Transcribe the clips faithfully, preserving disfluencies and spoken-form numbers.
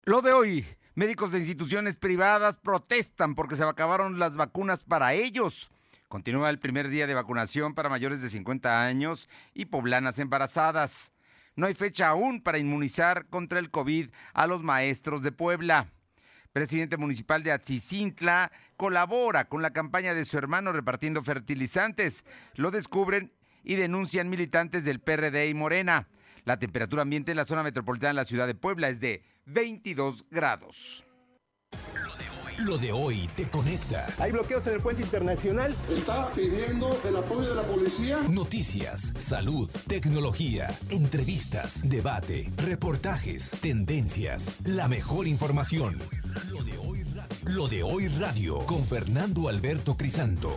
Lo de hoy, médicos de instituciones privadas protestan porque se acabaron las vacunas para ellos. Continúa el primer día de vacunación para mayores de cincuenta años y poblanas embarazadas. No hay fecha aún para inmunizar contra el COVID a los maestros de Puebla. Presidente municipal de Atzicintla colabora con la campaña de su hermano repartiendo fertilizantes. Lo descubren y denuncian militantes del P R D y Morena. La temperatura ambiente en la zona metropolitana de la ciudad de Puebla es de veintidós grados. Lo de hoy te conecta. Hay bloqueos en el puente internacional. Está pidiendo el apoyo de la policía. Noticias, salud, tecnología, entrevistas, debate, reportajes, tendencias, la mejor información. Lo de hoy radio. Lo de hoy radio con Fernando Alberto Crisanto.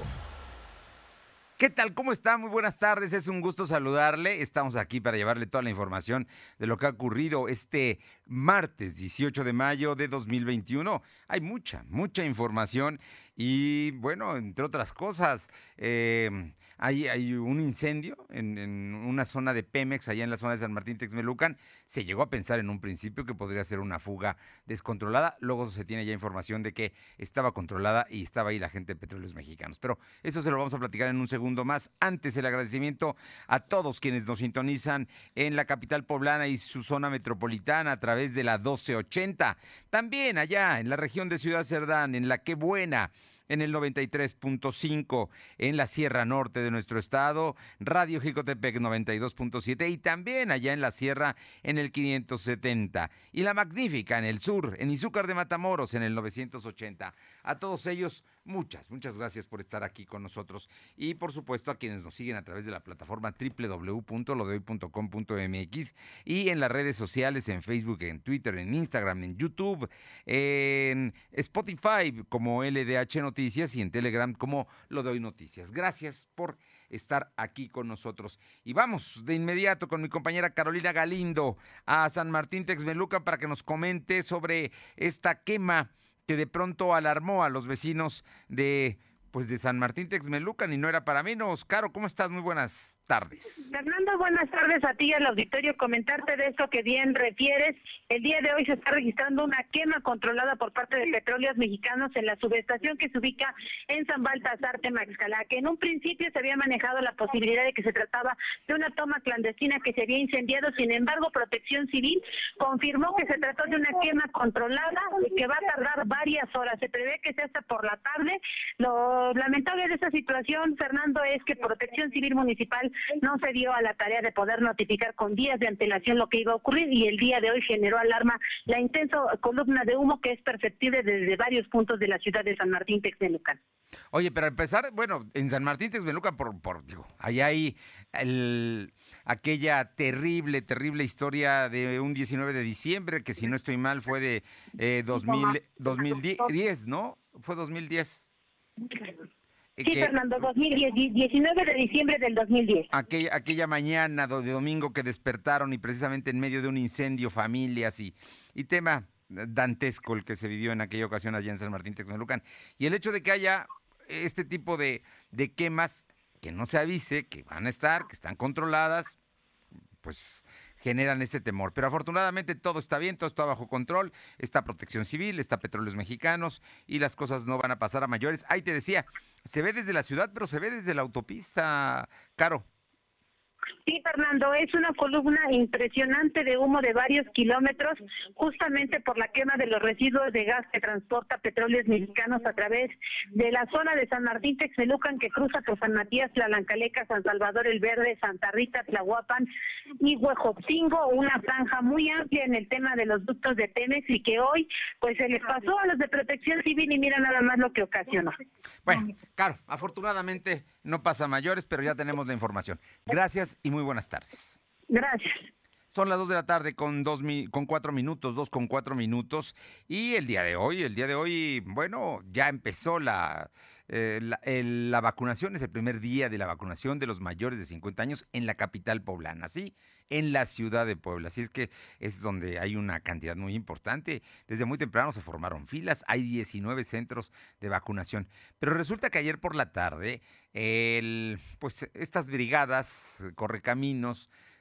¿Qué tal? ¿Cómo está? Muy buenas tardes, es un gusto saludarle. Estamos aquí para llevarle toda la información de lo que ha ocurrido este martes dieciocho de mayo de dos mil veintiuno. Hay mucha, mucha información y bueno, entre otras cosas, eh, hay, hay un incendio en, en una zona de Pemex, allá en la zona de San Martín Texmelucan. Se llegó a pensar en un principio que podría ser una fuga descontrolada, luego se tiene ya información de que estaba controlada y estaba ahí la gente de Petróleos Mexicanos. Pero eso se lo vamos a platicar en un segundo más. Antes, el agradecimiento a todos quienes nos sintonizan en la capital poblana y su zona metropolitana a través de la doce ochenta. También allá en la región de Ciudad Cerdán, en la Qué Buena, en el noventa y tres punto cinco, en la Sierra Norte de nuestro estado, Radio Jicotepec noventa y dos punto siete y también allá en la Sierra en el quinientos setenta. Y La Magnífica en el sur, en Izúcar de Matamoros en el novecientos ochenta. A todos ellos, muchas, muchas gracias por estar aquí con nosotros. Y por supuesto a quienes nos siguen a través de la plataforma doble u doble u doble u punto lo de hoy punto com punto m x y en las redes sociales, en Facebook, en Twitter, en Instagram, en YouTube, en Spotify como L D H Noticias y en Telegram como Lo de Hoy Noticias. Gracias por estar aquí con nosotros. Y vamos de inmediato con mi compañera Carolina Galindo a San Martín Texmelucan para que nos comente sobre esta quema que de pronto alarmó a los vecinos de, pues de San Martín Texmelucan y no era para menos. Caro, ¿cómo estás? Muy buenas tardes. Fernando, buenas tardes a ti y al auditorio. Comentarte de esto que bien refieres. El día de hoy se está registrando una quema controlada por parte de Petróleos Mexicanos en la subestación que se ubica en San Baltasar, Temaxcala, que en un principio se había manejado la posibilidad de que se trataba de una toma clandestina que se había incendiado. Sin embargo, Protección Civil confirmó que se trató de una quema controlada y que va a tardar varias horas. Se prevé que sea hasta por la tarde. Lo lamentable de esta situación, Fernando, es que Protección Civil Municipal no se dio a la tarea de poder notificar con días de antelación lo que iba a ocurrir y el día de hoy generó alarma la intensa columna de humo que es perceptible desde varios puntos de la ciudad de San Martín Texmelucan. Oye, pero a empezar, bueno, en San Martín Texmelucan, por, por digo, allá hay el, aquella terrible, terrible historia de un diecinueve de diciembre, que si no estoy mal fue de eh, dos mil, dos mil diez, ¿no? Fue dos mil diez. Sí, que, Fernando, dos mil diez, diecinueve de diciembre del dos mil diez. Aquella, aquella mañana de domingo que despertaron y precisamente en medio de un incendio, familias y, y tema dantesco el que se vivió en aquella ocasión allá en San Martín Texmelucan. Y el hecho de que haya este tipo de, de quemas, que no se avise, que van a estar, que están controladas, pues generan este temor. Pero afortunadamente todo está bien, todo está bajo control, está Protección Civil, está Petróleos Mexicanos y las cosas no van a pasar a mayores. Ahí te decía, se ve desde la ciudad, pero se ve desde la autopista, Caro. Sí, Fernando, es una columna impresionante de humo de varios kilómetros, justamente por la quema de los residuos de gas que transporta Petróleos Mexicanos a través de la zona de San Martín Texmelucan, que cruza por San Matías, Tlalancaleca, San Salvador el Verde, Santa Rita, Tlahuapan y Huejotzingo, una franja muy amplia en el tema de los ductos de Pemex y que hoy pues se les pasó a los de Protección Civil y mira nada más lo que ocasionó. Bueno, claro, afortunadamente no pasa a mayores, pero ya tenemos la información. Gracias y muy buenas tardes. Gracias. Son las dos de la tarde con dos mi, con cuatro minutos, dos con cuatro minutos. Y el día de hoy, el día de hoy, bueno, ya empezó la, eh, la, el, la vacunación, es el primer día de la vacunación de los mayores de cincuenta años en la capital poblana, ¿sí? En la ciudad de Puebla. Así es que es donde hay una cantidad muy importante. Desde muy temprano se formaron filas, hay diecinueve centros de vacunación. Pero resulta que ayer por la tarde, el, pues estas brigadas, correcaminos,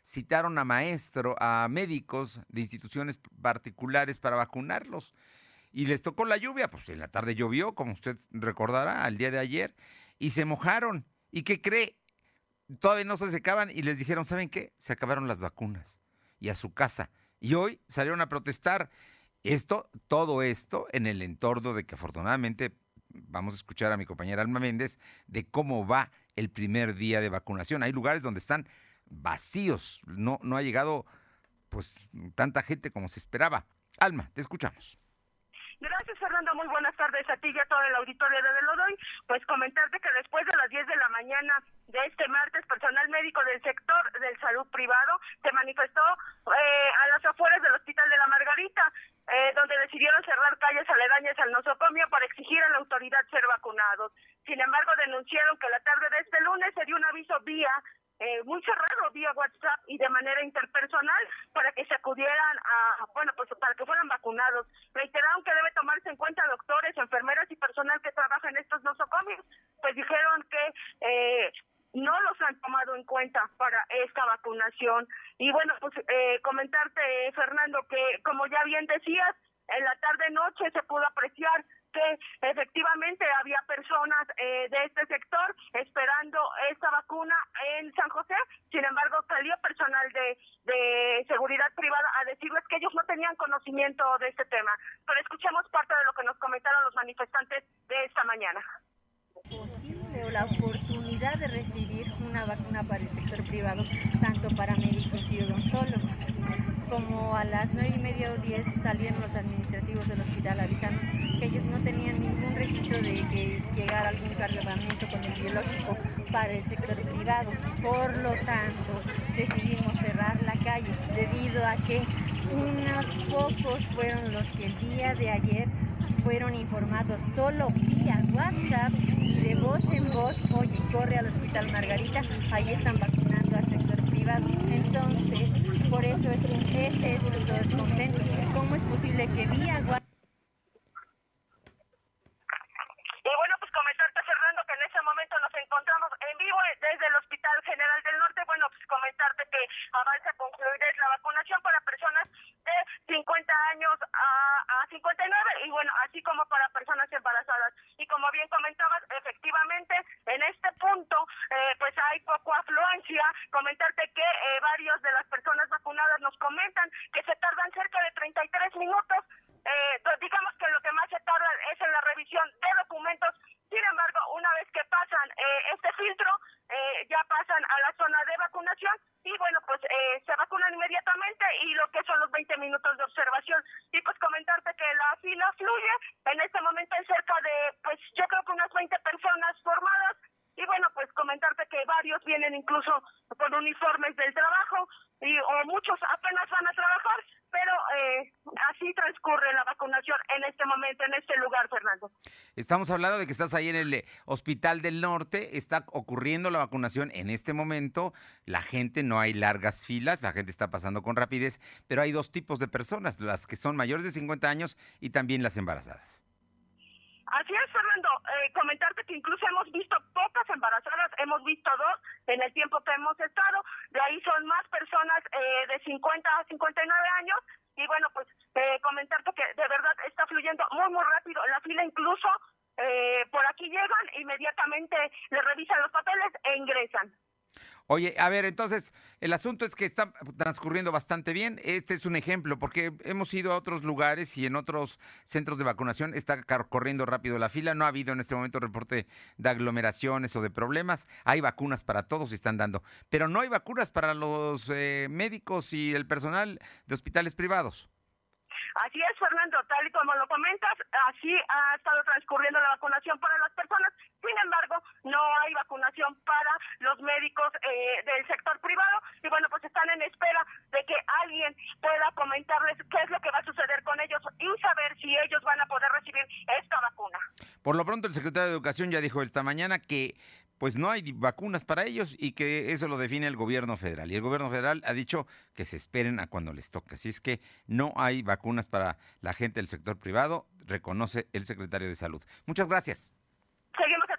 citaron a maestros, a médicos de instituciones particulares para vacunarlos. Y les tocó la lluvia, pues en la tarde llovió, como usted recordará, al día de ayer, y se mojaron. ¿Y qué cree? Todavía no se secaban y les dijeron, ¿saben qué? Se acabaron las vacunas y a su casa. Y hoy salieron a protestar. Esto, todo esto en el entorno de que afortunadamente vamos a escuchar a mi compañera Alma Méndez de cómo va el primer día de vacunación. Hay lugares donde están vacíos, no, no ha llegado pues tanta gente como se esperaba. Alma, te escuchamos. Gracias, Fernando. Muy buenas tardes a ti y a todo el auditorio de Velodoy. Pues comentarte que después de las diez de la mañana de este martes, personal médico del sector del salud privado se manifestó eh, a las afueras del Hospital de la Margarita, eh, donde decidieron cerrar calles aledañas al nosocomio para exigir a la autoridad ser vacunados. Sin embargo, denunciaron que la tarde de este lunes se dio un aviso vía Eh, muy cerrado vía WhatsApp y de manera interpersonal para que se acudieran a, bueno, pues para que fueran vacunados. Reiteraron que debe tomarse en cuenta doctores, enfermeras y personal que trabaja en estos nosocomios, pues dijeron que eh, no los han tomado en cuenta para esta vacunación. Y bueno, pues eh, comentarte, Fernando, que como ya bien decías, en la tarde-noche se pudo apreciar que efectivamente había personas eh, de este sector esperando esta vacuna en San José. Sin embargo, salió personal de, de seguridad privada a decirles que ellos no tenían conocimiento de este tema. Pero escuchemos parte de lo que nos comentaron los manifestantes de esta mañana. Posible o la oportunidad de recibir una vacuna para el sector privado, tanto para médicos y odontólogos. Como a las nueve y media o diez salieron los administrativos del hospital avisando que ellos no tenían ningún registro de que llegara algún cargamento con el biológico para el sector privado. Por lo tanto, decidimos cerrar la calle debido a que unos pocos fueron los que el día de ayer fueron informados solo vía WhatsApp y de voz en voz, oye, corre al Hospital Margarita, ahí están vacunando al sector privado. Entonces, por eso es, ese es nuestro descontento. ¿Cómo es posible que vía WhatsApp? Y bueno, pues comentarte, Fernando, que en ese momento nos encontramos en vivo desde el Hospital General del Norte. Bueno, pues comentarte que avanza a concluir la vacunación para personas de cincuenta años a, a cincuenta y nueve y bueno, así como para personas embarazadas. Y como bien comentabas, efectivamente, en este punto, eh, pues hay poco afluencia. Comentarte que eh, varios de las personas vacunadas nos comentan que se tardan cerca de treinta y tres minutos. Eh, digamos que lo que más se tarda es en la revisión de documentos. Sin embargo, una vez que pasan eh, este filtro, eh, ya pasan a la zona de vacunación y bueno, pues eh, se vacunan inmediatamente y lo que son los veinte minutos de observación. Y pues comentarte que la fila fluye. En este momento hay cerca de, pues yo creo que unas veinte personas formadas. Y bueno, pues comentarte que varios vienen incluso con uniformes del trabajo y o muchos apenas van a trabajar, pero eh, así transcurre la vacunación en este momento, en este lugar, Fernando. Estamos hablando de que estás ahí en el eh, Hospital del Norte, está ocurriendo la vacunación en este momento, la gente, no hay largas filas, la gente está pasando con rapidez, pero hay dos tipos de personas, las que son mayores de cincuenta años y también las embarazadas. Así es, Fernando. Eh, comentarte que incluso hemos visto pocas embarazadas, hemos visto dos en el tiempo que hemos estado. De ahí son más personas eh, de cincuenta a cincuenta y nueve años. Y bueno, pues eh, comentarte que de verdad está fluyendo muy, muy rápido. La fila incluso eh, por aquí llegan, inmediatamente le revisan los papeles e ingresan. Oye, a ver, entonces, el asunto es que está transcurriendo bastante bien. Este es un ejemplo, porque hemos ido a otros lugares y en otros centros de vacunación está corriendo rápido la fila. No ha habido en este momento reporte de aglomeraciones o de problemas. Hay vacunas para todos y están dando. Pero no hay vacunas para los eh, médicos y el personal de hospitales privados. Así es, Fernando, tal y como lo comentas, así ha estado transcurriendo la vacunación para las personas. Sin embargo, no hay vacunación para los médicos eh, del sector privado. Y bueno, pues están en espera de que alguien pueda comentarles qué es lo que va a suceder con ellos y saber si ellos van a poder recibir esta vacuna. Por lo pronto, el secretario de Educación ya dijo esta mañana que pues no hay vacunas para ellos y que eso lo define el gobierno federal. Y el gobierno federal ha dicho que se esperen a cuando les toque. Así es que no hay vacunas para la gente del sector privado, reconoce el secretario de Salud. Muchas gracias. Seguimos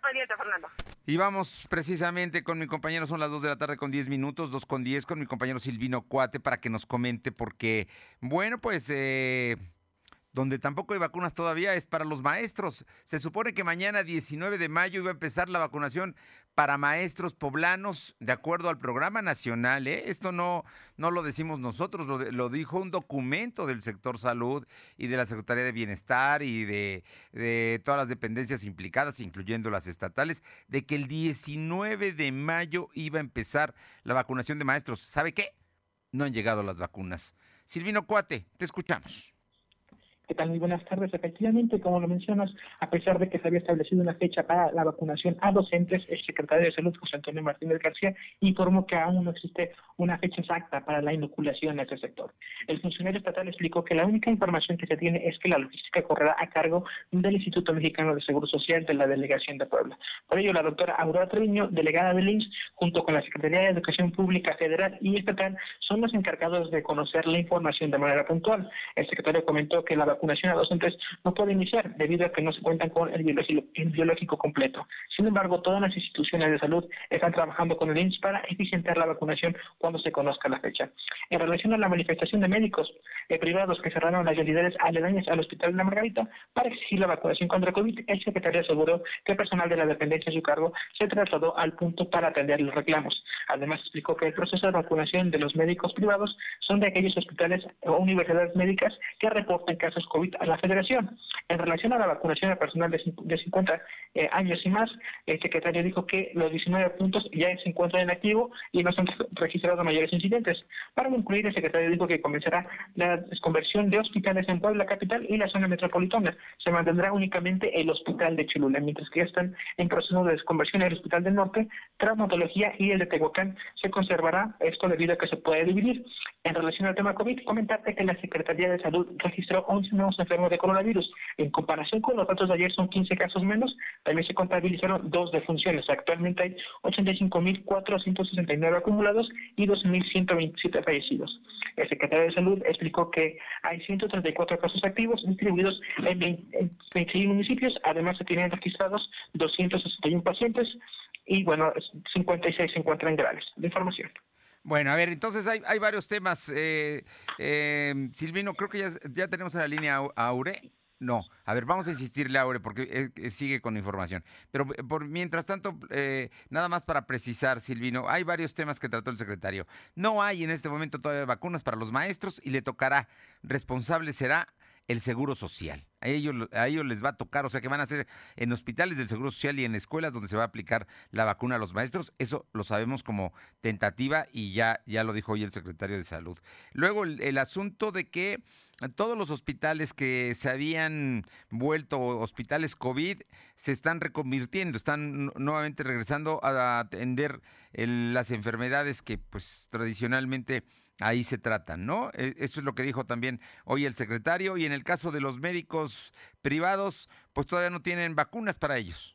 pendiente, Fernando. Y vamos precisamente con mi compañero, son las dos de la tarde con diez minutos, dos con diez, con mi compañero Silvino Cuate para que nos comente porque, bueno, pues... Eh... donde tampoco hay vacunas todavía es para los maestros. Se supone que mañana, diecinueve de mayo, iba a empezar la vacunación para maestros poblanos, de acuerdo al programa nacional, ¿eh? Esto no, no lo decimos nosotros, lo, lo dijo un documento del sector salud y de la Secretaría de Bienestar y de, de todas las dependencias implicadas, incluyendo las estatales, de que el diecinueve de mayo iba a empezar la vacunación de maestros. ¿Sabe qué? No han llegado las vacunas. Silvino Cuate, te escuchamos. ¿Qué tal? Muy buenas tardes. Efectivamente, como lo mencionas, a pesar de que se había establecido una fecha para la vacunación a docentes, el secretario de Salud, José Antonio Martínez García, informó que aún no existe una fecha exacta para la inoculación a este sector. El funcionario estatal explicó que la única información que se tiene es que la logística correrá a cargo del Instituto Mexicano de Seguro Social de la Delegación de Puebla. Por ello, la doctora Aurora Treviño, delegada del I M S S, junto con la Secretaría de Educación Pública Federal y Estatal, son los encargados de conocer la información de manera puntual. El secretario comentó que la vacunación a docentes no puede iniciar debido a que no se cuentan con el biológico, el biológico completo. Sin embargo, todas las instituciones de salud están trabajando con el I M S S para eficientar la vacunación cuando se conozca la fecha. En relación a la manifestación de médicos eh, privados que cerraron las unidades aledañas al Hospital de la Margarita para exigir la vacunación contra COVID, el secretario aseguró que el personal de la dependencia a su cargo se trasladó al punto para atender los reclamos. Además, explicó que el proceso de vacunación de los médicos privados son de aquellos hospitales o universidades médicas que reportan casos COVID a la Federación. En relación a la vacunación al personal de cincuenta eh, años y más, el secretario dijo que los diecinueve puntos ya se encuentran en activo y no se han registrado mayores incidentes. Para concluir, el secretario dijo que comenzará la desconversión de hospitales en Puebla capital y la zona metropolitana. Se mantendrá únicamente el hospital de Cholula, mientras que ya están en proceso de desconversión el hospital del norte, traumatología y el de Tehuacán se conservará, esto debido a que se puede dividir. En relación al tema COVID, comentarte que la Secretaría de Salud registró once nuevos enfermos de coronavirus. En comparación con los datos de ayer son quince casos menos, también se contabilizaron dos defunciones. Actualmente hay ochenta y cinco mil cuatrocientos sesenta y nueve acumulados y dos mil ciento veintisiete fallecidos. El secretario de Salud explicó que hay ciento treinta y cuatro casos activos distribuidos en veintiséis municipios, además se tienen registrados doscientos sesenta y uno pacientes y bueno, cincuenta y seis se encuentran graves. De información. Bueno, a ver, entonces hay, hay varios temas. Eh, eh, Silvino, creo que ya, ya tenemos en la línea a Aure. No, a ver, vamos a insistirle a Aure porque eh, sigue con información. Pero por mientras tanto, eh, nada más para precisar, Silvino, hay varios temas que trató el secretario. No hay en este momento todavía vacunas para los maestros y le tocará, responsable será el Seguro Social. A ellos, a ellos les va a tocar, o sea que van a ser en hospitales del Seguro Social y en escuelas donde se va a aplicar la vacuna a los maestros. Eso lo sabemos como tentativa y ya, ya lo dijo hoy el secretario de Salud. Luego el, el asunto de que todos los hospitales que se habían vuelto hospitales COVID se están reconvirtiendo, están nuevamente regresando a atender el, las enfermedades que pues tradicionalmente ahí se tratan, ¿no? Eso es lo que dijo también hoy el secretario. Y en el caso de los médicos privados, pues todavía no tienen vacunas para ellos.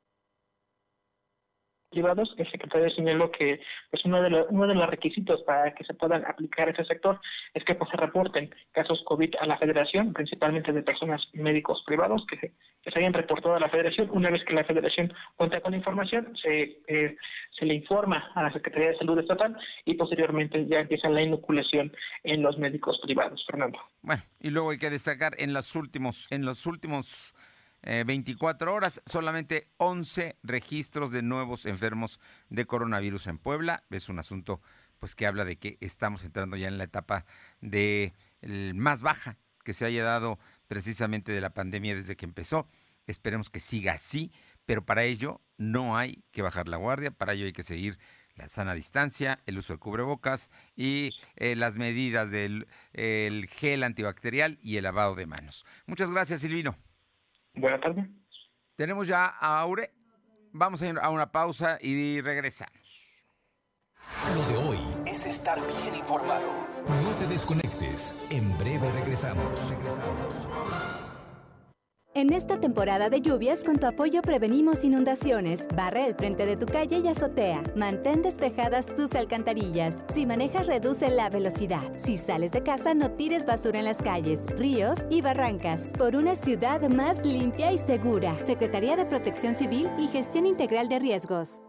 Privados, el secretario señaló que pues uno de los uno de los requisitos para que se puedan aplicar a ese sector es que pues se reporten casos COVID a la Federación, principalmente de personas médicos privados que se, que se hayan reportado a la Federación. Una vez que la Federación cuenta con la información, se eh, se le informa a la Secretaría de Salud Estatal y posteriormente ya empieza la inoculación en los médicos privados. Fernando. Bueno, y luego hay que destacar en los últimos en los últimos Eh, veinticuatro horas, solamente once registros de nuevos enfermos de coronavirus en Puebla. Es un asunto pues que habla de que estamos entrando ya en la etapa de el más baja que se haya dado precisamente de la pandemia desde que empezó. Esperemos que siga así, pero para ello no hay que bajar la guardia, para ello hay que seguir la sana distancia, el uso de cubrebocas y eh, las medidas del el gel antibacterial y el lavado de manos. Muchas gracias, Silvino. Buenas tardes. Tenemos ya a Aure. Vamos a ir a una pausa y regresamos. Lo de hoy es estar bien informado. No te desconectes. En breve regresamos. Regresamos. En esta temporada de lluvias, con tu apoyo prevenimos inundaciones. Barre el frente de tu calle y azotea. Mantén despejadas tus alcantarillas. Si manejas, reduce la velocidad. Si sales de casa, no tires basura en las calles, ríos y barrancas. Por una ciudad más limpia y segura. Secretaría de Protección Civil y Gestión Integral de Riesgos.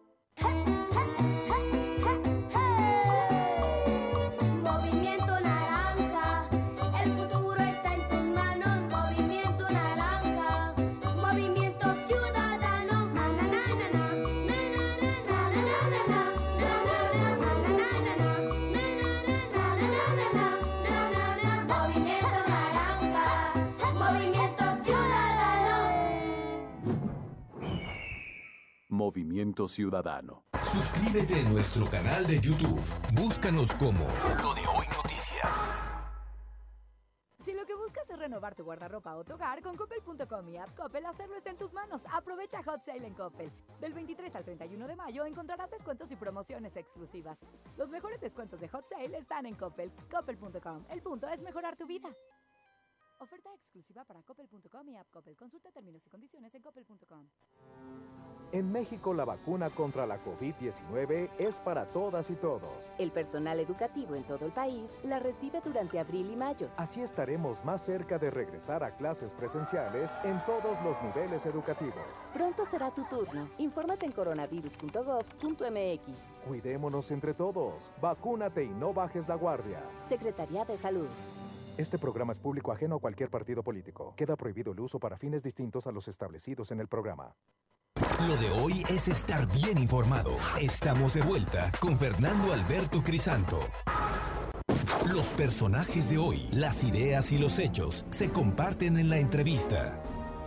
Movimiento Ciudadano. Suscríbete a nuestro canal de YouTube. Búscanos como Lo de Hoy Noticias. Si lo que buscas es renovar tu guardarropa o tu hogar, con Coppel punto com y App Coppel, hacerlo está en tus manos. Aprovecha Hot Sale en Coppel. Del veintitrés al treinta y uno de mayo encontrarás descuentos y promociones exclusivas. Los mejores descuentos de Hot Sale están en Coppel. Coppel punto com. El punto es mejorar tu vida. Oferta exclusiva para Coppel punto com y App Coppel. Consulta términos y condiciones en Coppel punto com. En México, la vacuna contra la COVID diecinueve es para todas y todos. El personal educativo en todo el país la recibe durante abril y mayo. Así estaremos más cerca de regresar a clases presenciales en todos los niveles educativos. Pronto será tu turno. Infórmate en coronavirus punto gov punto m x. Cuidémonos entre todos. Vacúnate y no bajes la guardia. Secretaría de Salud. Este programa es público ajeno a cualquier partido político. Queda prohibido el uso para fines distintos a los establecidos en el programa. Lo de hoy es estar bien informado. Estamos de vuelta con Fernando Alberto Crisanto. Los personajes de hoy, las ideas y los hechos se comparten en la entrevista.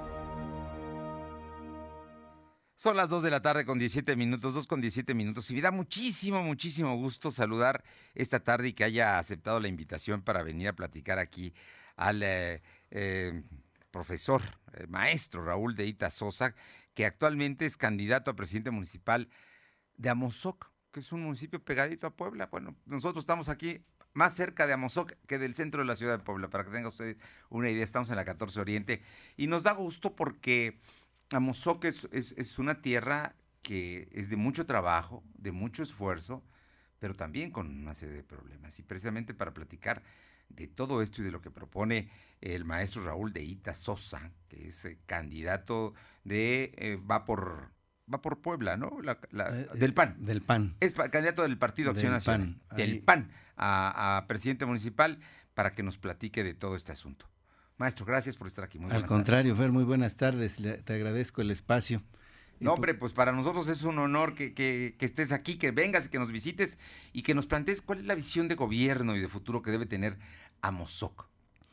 Son las dos de la tarde con diecisiete minutos, dos con diecisiete minutos, y me da muchísimo, muchísimo gusto saludar esta tarde y que haya aceptado la invitación para venir a platicar aquí al eh, eh, profesor, eh, maestro Raúl de Ita Sosa, que actualmente es candidato a presidente municipal de Amozoc, que es un municipio pegadito a Puebla. Bueno, nosotros estamos aquí más cerca de Amozoc que del centro de la ciudad de Puebla, para que tengan ustedes una idea. Estamos en la catorce Oriente y nos da gusto porque Amozoc es, es, es una tierra que es de mucho trabajo, de mucho esfuerzo, pero también con una serie de problemas. Y precisamente para platicar de todo esto y de lo que propone el maestro Raúl de Ita Sosa, que es eh, candidato de, eh, va por va por Puebla, ¿no? La, la, eh, del P A N. Del P A N. Es pa, candidato del Partido Acción del Nacional. P A N. Del Ahí. P A N a, a presidente municipal, para que nos platique de todo este asunto. Maestro, gracias por estar aquí. Muy Al contrario, tardes. Fer, muy buenas tardes. Le, te agradezco el espacio. No, hombre, pues para nosotros es un honor que, que, que estés aquí, que vengas, que nos visites y que nos plantees cuál es la visión de gobierno y de futuro que debe tener Amozoc.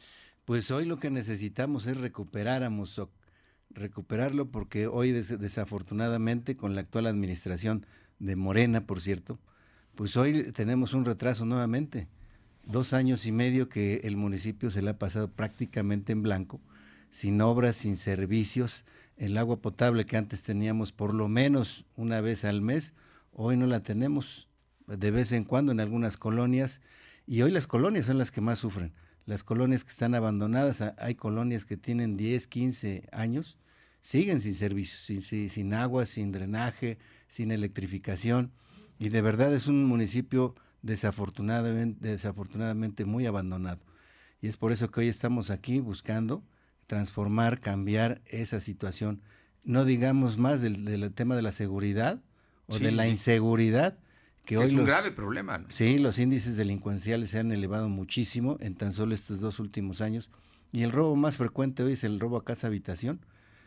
Pues hoy lo que necesitamos es recuperar Amozoc, recuperarlo porque hoy des, desafortunadamente con la actual administración de Morena, por cierto, pues hoy tenemos un retraso nuevamente. Dos años y medio que el municipio se le ha pasado prácticamente en blanco, sin obras, sin servicios. El agua potable que antes teníamos por lo menos una vez al mes, hoy no la tenemos de vez en cuando en algunas colonias, y hoy las colonias son las que más sufren. Las colonias que están abandonadas, hay colonias que tienen diez, quince años, siguen sin servicios, sin, sin, sin agua, sin drenaje, sin electrificación, y de verdad es un municipio desafortunadamente, desafortunadamente muy abandonado. Y es por eso que hoy estamos aquí buscando transformar, cambiar esa situación. No digamos más del, del tema de la seguridad o sí, de la sí. inseguridad, que es hoy un los, grave problema, ¿no? Sí, los índices delincuenciales se han elevado muchísimo en tan solo estos dos últimos años, y el robo más frecuente hoy es el robo a casa habitación.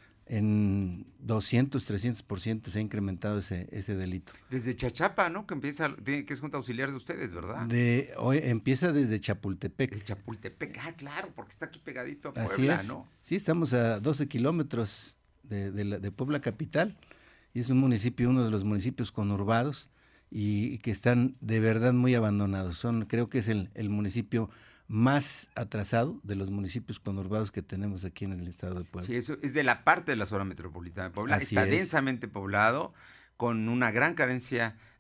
En doscientos, trescientos por ciento se ha incrementado ese, ese delito. Desde Chachapa, ¿no? Que empieza, que es junta auxiliar de ustedes, ¿verdad? De hoy empieza desde Chapultepec. De Chapultepec, ah, claro, porque está aquí pegadito a Así Puebla, es. ¿no? Sí, estamos a doce kilómetros de, de, la, de Puebla capital, y es un municipio, uno de los municipios conurbados, y, y que están de verdad muy abandonados. Son, creo que es el, el municipio más atrasado de los municipios conurbados que tenemos aquí en el estado de Puebla. Sí, eso es de la parte de la zona metropolitana de Puebla. Así Está es. densamente poblado, con una gran carencia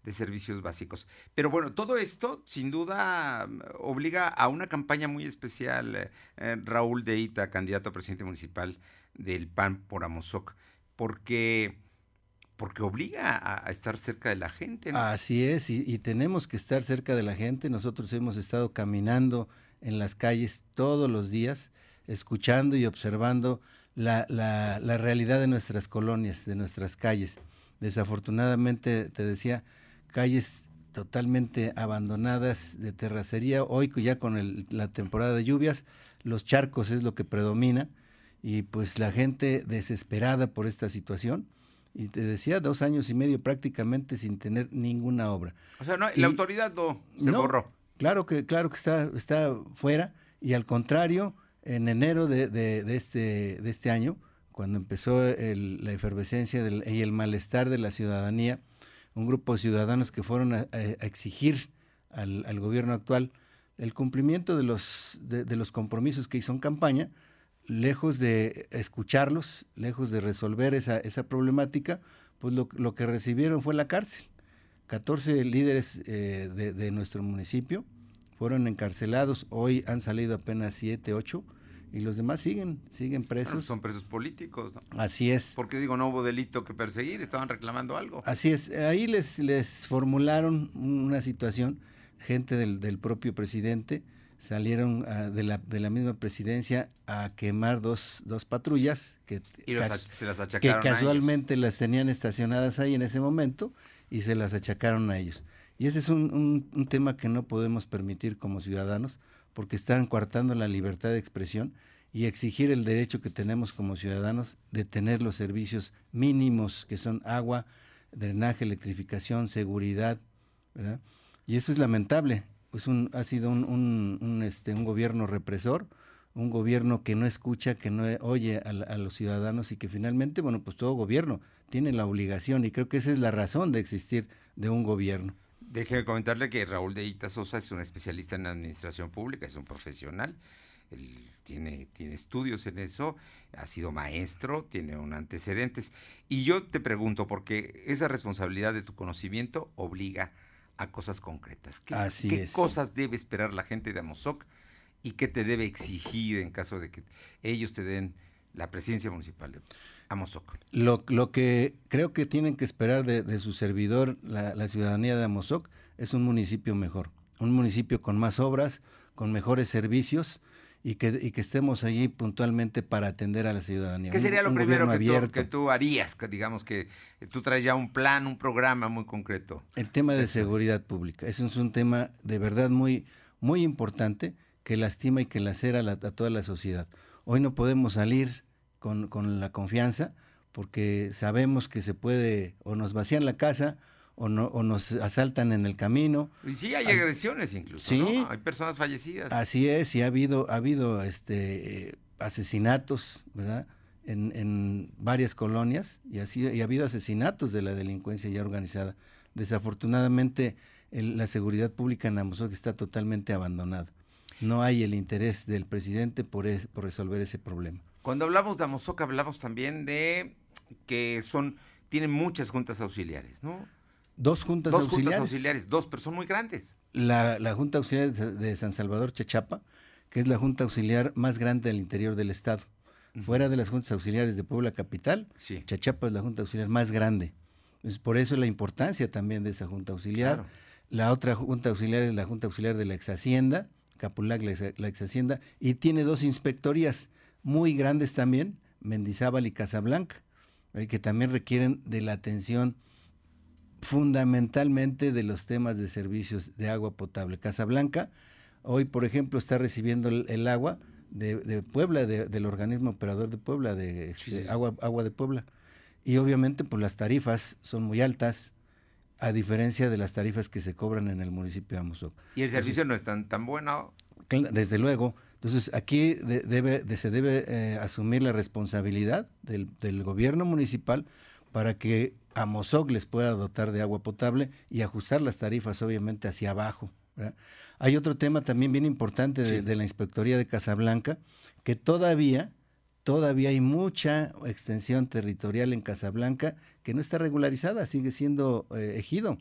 de servicios básicos. Pero bueno, todo esto sin duda obliga a una campaña muy especial. Eh, eh, Raúl de Ita, candidato a presidente municipal del P A N por Amozoc, porque, porque obliga a, a estar cerca de la gente, ¿no? Así es, y, y tenemos que estar cerca de la gente. Nosotros hemos estado caminando en las calles todos los días, escuchando y observando la, la, la realidad de nuestras colonias, de nuestras calles. Desafortunadamente, te decía, calles totalmente abandonadas de terracería. Hoy ya con el, la temporada de lluvias, los charcos es lo que predomina, y pues la gente desesperada por esta situación. Y te decía, dos años y medio prácticamente sin tener ninguna obra. O sea, no, y, la autoridad no se no, borró. Claro que, claro que está, está fuera, y al contrario, en enero de, de, de, este, de este año, cuando empezó el, la efervescencia del, y el malestar de la ciudadanía, un grupo de ciudadanos que fueron a, a exigir al, al gobierno actual el cumplimiento de los, de, de los compromisos que hizo en campaña, lejos de escucharlos, lejos de resolver esa, esa problemática, pues lo, lo que recibieron fue la cárcel. catorce líderes eh, de, de nuestro municipio fueron encarcelados, hoy han salido apenas siete, ocho, y los demás siguen, siguen presos. Bueno, son presos políticos, ¿no? Así es. Porque digo, no hubo delito que perseguir, estaban reclamando algo. Así es, ahí les, les formularon una situación, gente del, del propio presidente, salieron uh, de, la, de la misma presidencia a quemar dos, dos patrullas que, y los, cas se las que casualmente las tenían estacionadas ahí en ese momento y se las achacaron a ellos. Y ese es un, un, un tema que no podemos permitir como ciudadanos, porque están coartando la libertad de expresión y exigir el derecho que tenemos como ciudadanos de tener los servicios mínimos que son agua, drenaje, electrificación, seguridad, ¿verdad? Y eso es lamentable. Pues un, ha sido un, un, un, este, un gobierno represor, un gobierno que no escucha, que no oye a, a los ciudadanos, y que finalmente, bueno, pues todo gobierno tiene la obligación, y creo que esa es la razón de existir de un gobierno. Déjeme comentarle que Raúl de Ita Sosa es un especialista en administración pública, es un profesional, él tiene, tiene estudios en eso, ha sido maestro, tiene un antecedentes, y yo te pregunto, porque esa responsabilidad de tu conocimiento obliga a cosas concretas. ¿Qué, Así qué es. cosas debe esperar la gente de Amozoc y qué te debe exigir en caso de que ellos te den la presidencia municipal de Amozoc? Lo, lo que creo que tienen que esperar de, de su servidor, la, la ciudadanía de Amozoc, es un municipio mejor, un municipio con más obras, con mejores servicios, y que, y que estemos allí puntualmente para atender a la ciudadanía. ¿Qué sería un, lo un primero que tú, abierto. que tú harías? Que digamos que tú traes ya un plan, un programa muy concreto. El tema de seguridad pública. Ese es un tema de verdad muy, muy importante, que lastima y que lacera a, la, a toda la sociedad. Hoy no podemos salir con, con la confianza, porque sabemos que se puede, o nos vacían la casa, o, no, o nos asaltan en el camino. Y sí, hay agresiones incluso, sí, ¿no? Hay personas fallecidas. Así es, y ha habido, ha habido este, eh, asesinatos, ¿verdad?, en, en varias colonias, y, así, y ha habido asesinatos de la delincuencia ya organizada. Desafortunadamente, el, la seguridad pública en Amozoc está totalmente abandonada. No hay el interés del presidente por, es, por resolver ese problema. Cuando hablamos de Amozoc, hablamos también de que son, tienen muchas juntas auxiliares, ¿no? Dos juntas dos auxiliares. Dos juntas auxiliares, dos, pero son muy grandes. La, la Junta Auxiliar de, de San Salvador Chachapa, que es la Junta Auxiliar más grande del interior del estado. Uh-huh. Fuera de las Juntas Auxiliares de Puebla Capital, sí. Chachapa es la Junta Auxiliar más grande. Es por eso la importancia también de esa Junta Auxiliar. Claro. La otra Junta Auxiliar es la Junta Auxiliar de la Ex Hacienda, Capulac, la, la Ex Hacienda, y tiene dos inspectorías muy grandes también, Mendizábal y Casablanca, ¿eh? que también requieren de la atención fundamentalmente de los temas de servicios de agua potable. Casablanca hoy, por ejemplo, está recibiendo el, el agua de, de Puebla, de, del organismo operador de Puebla, de este, sí, sí. Agua, agua de Puebla. Y obviamente pues las tarifas son muy altas, a diferencia de las tarifas que se cobran en el municipio de Amozoc. ¿Y el servicio Entonces, no es tan, tan bueno? Desde luego. Entonces aquí de, debe, de, se debe eh, asumir la responsabilidad del, del gobierno municipal para que Amozoc les pueda dotar de agua potable y ajustar las tarifas obviamente hacia abajo, ¿verdad? Hay otro tema también bien importante de, sí. de la Inspectoría de Casablanca, que todavía, todavía hay mucha extensión territorial en Casablanca que no está regularizada, sigue siendo eh, ejido.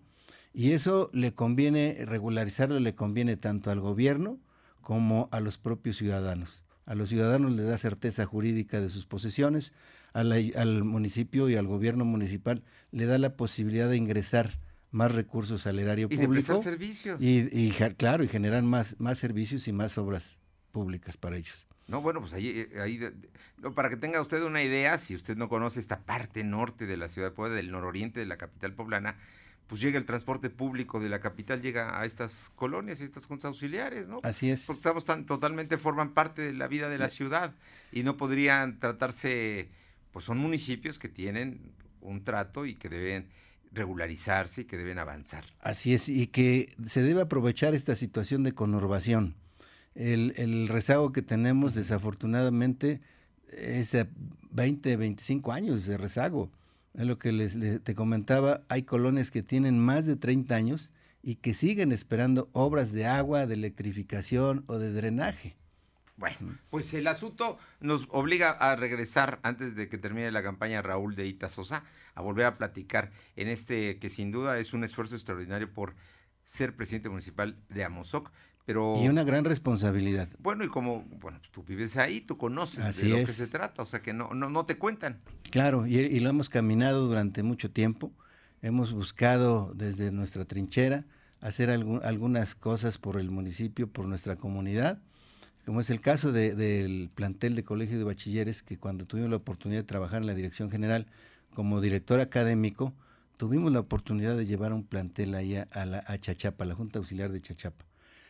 Y eso le conviene, regularizarlo le conviene tanto al gobierno como a los propios ciudadanos. A los ciudadanos les da certeza jurídica de sus posesiones, a la, al municipio y al gobierno municipal le da la posibilidad de ingresar más recursos al erario y público. Y de prestar servicios. Y, y claro, y generar más, más servicios y más obras públicas para ellos. No, bueno, pues ahí, ahí no, para que tenga usted una idea, si usted no conoce esta parte norte de la ciudad de Puebla, del nororiente de la capital poblana, pues llega el transporte público de la capital, llega a estas colonias y estas juntas auxiliares, ¿no? Así es. Porque estamos tan, totalmente forman parte de la vida de la ciudad y no podrían tratarse, pues son municipios que tienen un trato y que deben regularizarse y que deben avanzar. Así es, y que se debe aprovechar esta situación de conurbación. El, el rezago que tenemos, desafortunadamente, es de veinte, veinticinco años de rezago. Es lo que les, les te comentaba, hay colonias que tienen más de treinta años y que siguen esperando obras de agua, de electrificación o de drenaje. Bueno, pues el asunto nos obliga a regresar antes de que termine la campaña Raúl de Ita Sosa, a volver a platicar en este que sin duda es un esfuerzo extraordinario por ser presidente municipal de Amozoc, pero... Y una gran responsabilidad. Bueno, y como, bueno, pues tú vives ahí, tú conoces Así de lo es. que se trata, o sea que no, no, no te cuentan. Claro, y, y lo hemos caminado durante mucho tiempo, hemos buscado desde nuestra trinchera hacer algún, algunas cosas por el municipio, por nuestra comunidad, como es el caso de, del plantel de Colegio de Bachilleres, que cuando tuvimos la oportunidad de trabajar en la dirección general como director académico, tuvimos la oportunidad de llevar un plantel allá a, la, a Chachapa, a la Junta Auxiliar de Chachapa.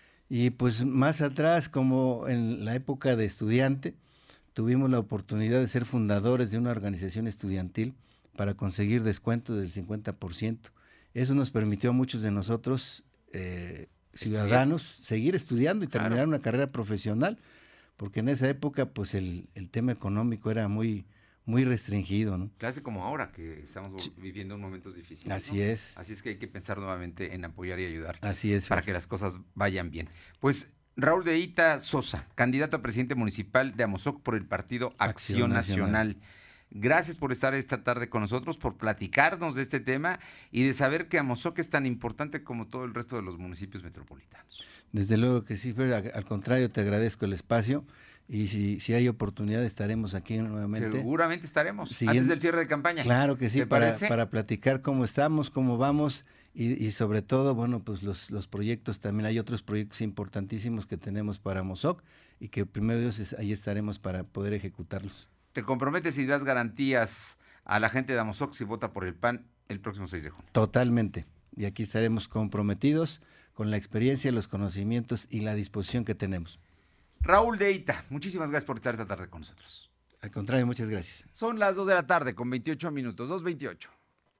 Y pues más atrás, como en la época de estudiante, tuvimos la oportunidad de ser fundadores de una organización estudiantil para conseguir descuentos del cincuenta por ciento. Eso nos permitió a muchos de nosotros, eh, ciudadanos, seguir estudiando y terminar claro. una carrera profesional, porque en esa época pues el, el tema económico era muy, muy restringido, ¿no? Casi como ahora que estamos sí. viviendo momentos difíciles. Así ¿no? es. Así es que hay que pensar nuevamente en apoyar y ayudar. Así es. Para que las cosas vayan bien. Pues Raúl de Ita Sosa, candidato a presidente municipal de Amozoc por el partido Acción, Acción Nacional. Nacional. Gracias por estar esta tarde con nosotros, por platicarnos de este tema y de saber que Amozoc es tan importante como todo el resto de los municipios metropolitanos. Desde luego que sí, pero al contrario, te agradezco el espacio y si, si hay oportunidad estaremos aquí nuevamente. Seguramente estaremos, Siguiendo, antes del cierre de campaña. Claro que sí, ¿Te para, parece? para platicar cómo estamos, cómo vamos y, y sobre todo, bueno, pues los, los proyectos, también hay otros proyectos importantísimos que tenemos para Amozoc y que primero Dios es, ahí estaremos para poder ejecutarlos. ¿Te comprometes y das garantías a la gente de Amozoc si vota por el P A N el próximo seis de junio? Totalmente. Y aquí estaremos comprometidos con la experiencia, los conocimientos y la disposición que tenemos. Raúl de Ita, muchísimas gracias por estar esta tarde con nosotros. Al contrario, muchas gracias. Son las dos de la tarde con veintiocho minutos, dos veintiocho.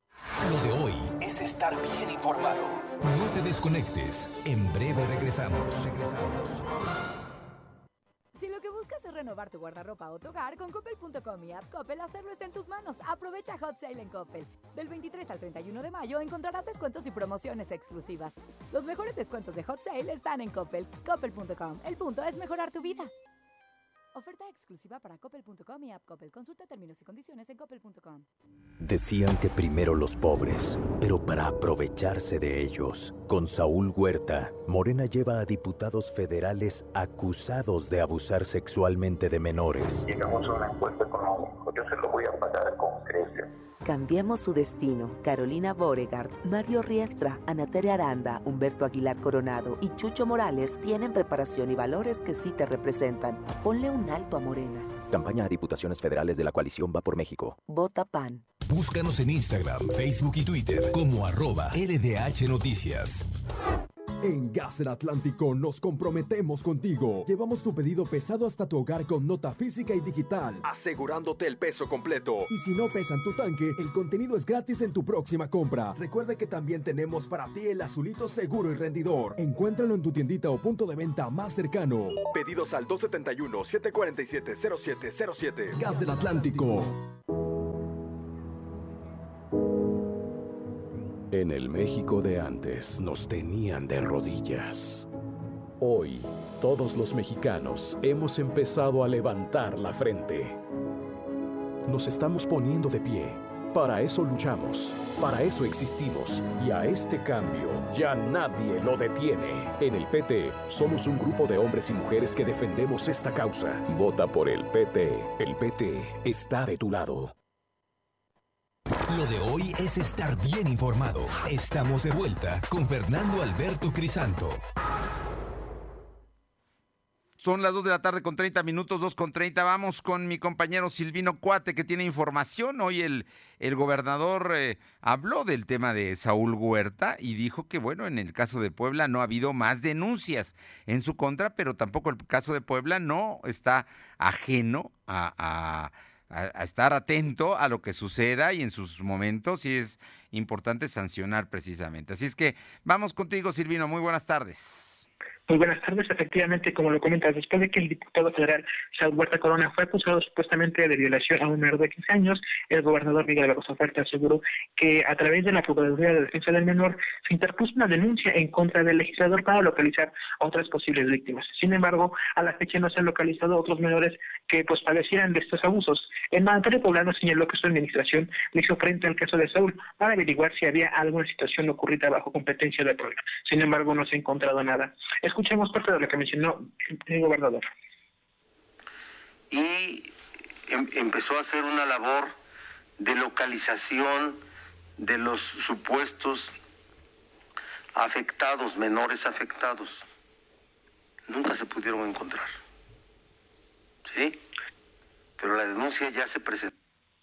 Lo de hoy es estar bien informado. No te desconectes. En breve regresamos. Regresamos. Si lo que buscas es renovar tu guardarropa o tu hogar, con Coppel punto com y App Coppel, hacerlo está en tus manos. Aprovecha Hot Sale en Coppel. Del veintitrés al treinta y uno de mayo encontrarás descuentos y promociones exclusivas. Los mejores descuentos de Hot Sale están en Coppel. Coppel punto com. El punto es mejorar tu vida. Oferta exclusiva para Coppel punto com y App Coppel. Consulta términos y condiciones en Coppel punto com. Decían que primero los pobres, pero para aprovecharse de ellos. Con Saúl Huerta, Morena lleva a diputados federales acusados de abusar sexualmente de menores. Llegamos a un acuerdo económico, yo se lo voy a pagar con creces. Cambiemos su destino. Carolina Beauregard, Mario Riestra, Ana Tere Aranda, Humberto Aguilar Coronado y Chucho Morales tienen preparación y valores que sí te representan. Ponle un alto a Morena. Campaña a diputaciones federales de la coalición Va por México. Vota P A N. Búscanos en Instagram, Facebook y Twitter como arroba L D H Noticias. En Gas del Atlántico nos comprometemos contigo. Llevamos tu pedido pesado hasta tu hogar con nota física y digital, asegurándote el peso completo. Y si no pesan tu tanque, el contenido es gratis en tu próxima compra. Recuerda que también tenemos para ti el azulito seguro y rendidor. Encuéntralo en tu tiendita o punto de venta más cercano. Pedidos al dos siete uno, siete cuatro siete, cero siete cero siete. Gas del Atlántico. En el México de antes nos tenían de rodillas. Hoy, todos los mexicanos hemos empezado a levantar la frente. Nos estamos poniendo de pie Para eso luchamos, para eso existimos y a este cambio ya nadie lo detiene. En el P T somos un grupo de hombres y mujeres que defendemos esta causa. Vota por el P T. El P T está de tu lado. Lo de hoy es estar bien informado. Estamos de vuelta con Fernando Alberto Crisanto. Son las dos de la tarde con treinta minutos, dos con treinta. Vamos con mi compañero Silvino Cuate, que tiene información. Hoy el, el gobernador eh, habló del tema de Saúl Huerta y dijo que, bueno, en el caso de Puebla no ha habido más denuncias en su contra, pero tampoco el caso de Puebla no está ajeno a, a, a estar atento a lo que suceda y en sus momentos, y es importante sancionar precisamente. Así es que vamos contigo, Silvino. Muy buenas tardes. Muy buenas tardes. Efectivamente, como lo comentas, después de que el diputado federal Saúl Huerta Corona fue acusado supuestamente de violación a un menor de quince años, el gobernador Miguel Barroso Huerta aseguró que a través de la Procuraduría de Defensa del Menor se interpuso una denuncia en contra del legislador para localizar a otras posibles víctimas. Sin embargo, a la fecha no se han localizado otros menores que pues padecieran de estos abusos. El mandatario poblano señaló que su administración le hizo frente al caso de Saúl para averiguar si había alguna situación ocurrida bajo competencia de Puebla. Sin embargo, no se ha encontrado nada. Escuchemos parte de lo que mencionó el gobernador. Y em, empezó a hacer una labor de localización de los supuestos afectados, menores afectados. Nunca se pudieron encontrar. ¿Sí? Pero la denuncia ya se presentó.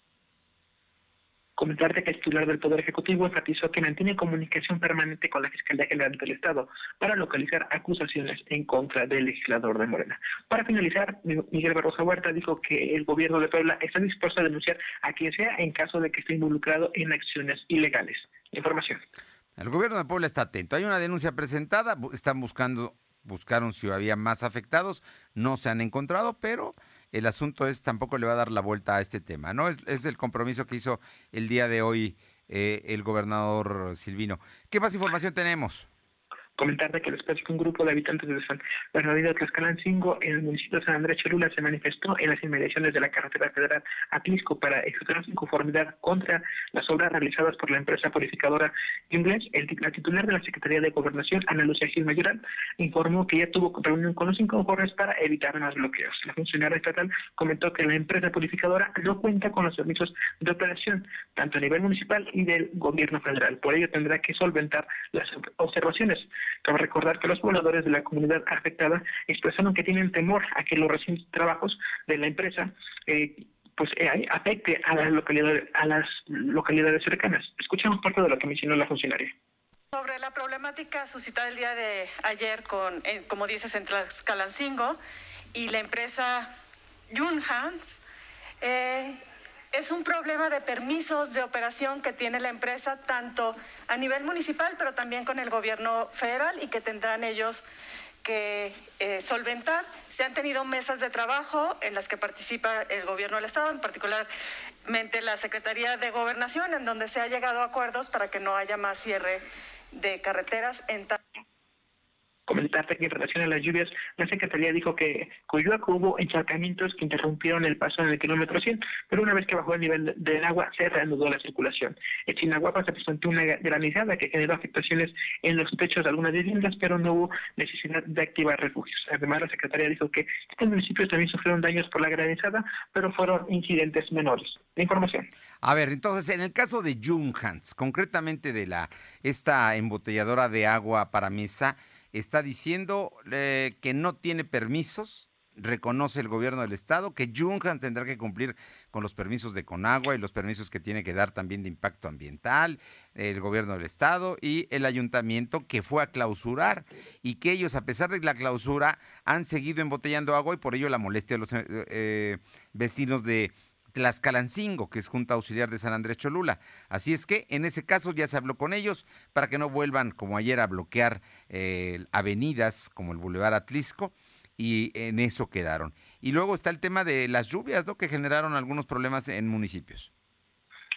Comentarte que el titular del Poder Ejecutivo enfatizó que mantiene comunicación permanente con la Fiscalía General del Estado para localizar acusaciones en contra del legislador de Morena. Para finalizar, Miguel Barroso Huerta dijo que el gobierno de Puebla está dispuesto a denunciar a quien sea en caso de que esté involucrado en acciones ilegales. Información. El gobierno de Puebla está atento. Hay una denuncia presentada, están buscando, buscaron si había más afectados, no se han encontrado, pero el asunto es, tampoco le va a dar la vuelta a este tema, ¿no? Es, es el compromiso que hizo el día de hoy eh, el gobernador Silvino. ¿Qué más información tenemos? Comentarte que después de que un grupo de habitantes de San Bernardino Tlaxcalancingo, en el municipio de San Andrés Cholula, se manifestó en las inmediaciones de la carretera federal Atlisco para expresar su inconformidad contra las obras realizadas por la empresa purificadora Inglés, el la titular de la Secretaría de Gobernación, Ana Lucía Gil Mayoral, informó que ya tuvo reunión con los inconformes para evitar más bloqueos. La funcionaria estatal comentó que la empresa purificadora no cuenta con los permisos de operación, tanto a nivel municipal y del gobierno federal. Por ello tendrá que solventar las observaciones. Cabe recordar que los pobladores de la comunidad afectada expresaron que tienen temor a que los recientes trabajos de la empresa eh, pues eh, afecte a las localidades a las localidades cercanas. Escuchamos parte de lo que mencionó la funcionaria. Sobre la problemática suscitada el día de ayer con, eh, como dices, en Tlaxcalancingo y la empresa Junghans, eh, es un problema de permisos de operación que tiene la empresa tanto a nivel municipal, pero también con el gobierno federal y que tendrán ellos que eh, solventar. Se han tenido mesas de trabajo en las que participa el gobierno del Estado, en particularmente la Secretaría de Gobernación, en donde se ha llegado a acuerdos para que no haya más cierre de carreteras en tal... Comentarte que en relación a las lluvias, la Secretaría dijo que Coyoaco hubo encharcamientos que interrumpieron el paso en el kilómetro cien, pero una vez que bajó el nivel del agua, se reanudó la circulación. En Chinahuapa se presentó una granizada que generó afectaciones en los techos de algunas viviendas, pero no hubo necesidad de activar refugios. Además, la Secretaría dijo que estos municipios también sufrieron daños por la granizada, pero fueron incidentes menores. La información. A ver, entonces, en el caso de Junghans, concretamente de la esta embotelladora de agua para mesa, está diciendo eh, que no tiene permisos, reconoce el gobierno del estado, que Junghans tendrá que cumplir con los permisos de Conagua y los permisos que tiene que dar también de impacto ambiental, el gobierno del estado y el ayuntamiento que fue a clausurar, y que ellos, a pesar de la clausura, han seguido embotellando agua y por ello la molestia de los eh, vecinos de Tlaxcalancingo, que es Junta Auxiliar de San Andrés Cholula. Así es que en ese caso ya se habló con ellos para que no vuelvan, como ayer, a bloquear eh, avenidas como el Boulevard Atlisco, y en eso quedaron. Y luego está el tema de las lluvias, ¿no?, que generaron algunos problemas en municipios.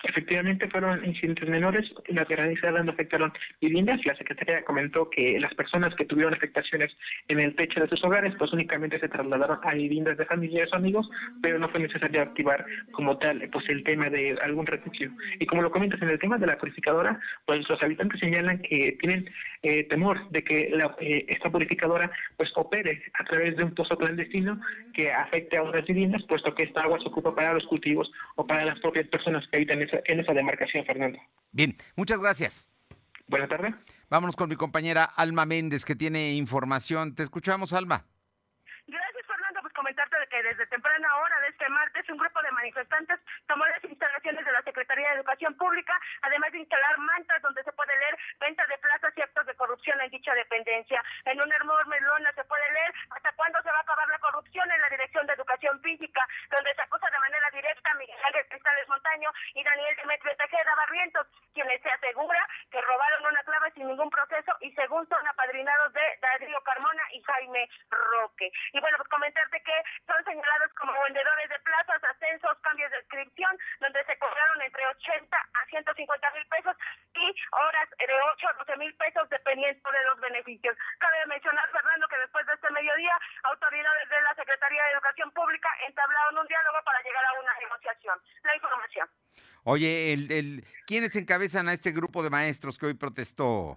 Efectivamente fueron incidentes menores, las granizadas no afectaron viviendas. La Secretaría comentó que las personas que tuvieron afectaciones en el techo de sus hogares pues únicamente se trasladaron a viviendas de familiares o amigos, pero no fue necesario activar como tal pues el tema de algún refugio. Y como lo comentas, en el tema de la purificadora, pues los habitantes señalan que tienen eh, temor de que la, eh, esta purificadora pues opere a través de un pozo clandestino que afecte a otras viviendas, puesto que esta agua se ocupa para los cultivos o para las propias personas que habitan esa, en esa demarcación, Fernando. Bien, muchas gracias. Buenas tardes. Vámonos con mi compañera Alma Méndez, que tiene información. Te escuchamos, Alma. Gracias, Fernando. Pues comentarte de que desde temprana hora de este martes un grupo de manifestantes tomó las instalaciones de la Secretaría de Educación Pública, además de instalar mantas donde se puede leer venta de plazas y actos de corrupción en dicha dependencia. En una enorme lona se puede leer hasta cuándo se va a acabar la corrupción en la Dirección de Educación Física, donde se acusa de manera directa a Miguel Ángel Cristales Montaño y Daniel Demetrio Tejeda Barrientos, quienes se asegura que robaron una clave sin ningún proceso y según son apadrinados de Darío Carmona y Jaime Roque. Y bueno, pues comentarte que son señalados como vendedores de plazas, ascensos, cambios de inscripción, donde se cobraron entre ochenta a ciento cincuenta mil pesos y horas de ocho a doce mil pesos dependiendo de los beneficios. Cabe mencionar, Fernando, que después de este mediodía, autoridades de la Secretaría de Educación Pública entablaron un diálogo para llegar a una negociación. La información. Oye, el, el, ¿quiénes encabezan a este grupo de maestros que hoy protestó?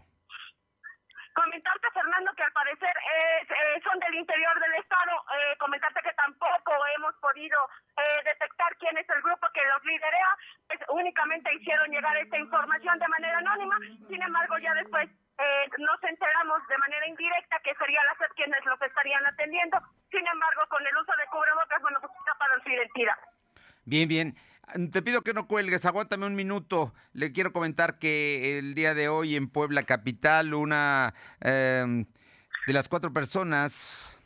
Comentarte, Fernando, que al parecer es, eh, son del interior del estado. Eh, comentarte que tampoco hemos podido eh, detectar quién es el grupo que los liderea. Pues únicamente hicieron llegar esta información de manera anónima. Sin embargo, ya después eh, nos enteramos de manera indirecta que sería la SEP quienes los estarían atendiendo. Sin embargo, con el uso de cubrebocas, bueno, pues taparon su identidad. Bien, bien. Te pido que no cuelgues, aguántame un minuto. Le quiero comentar que el día de hoy en Puebla Capital, una eh, de las cuatro personas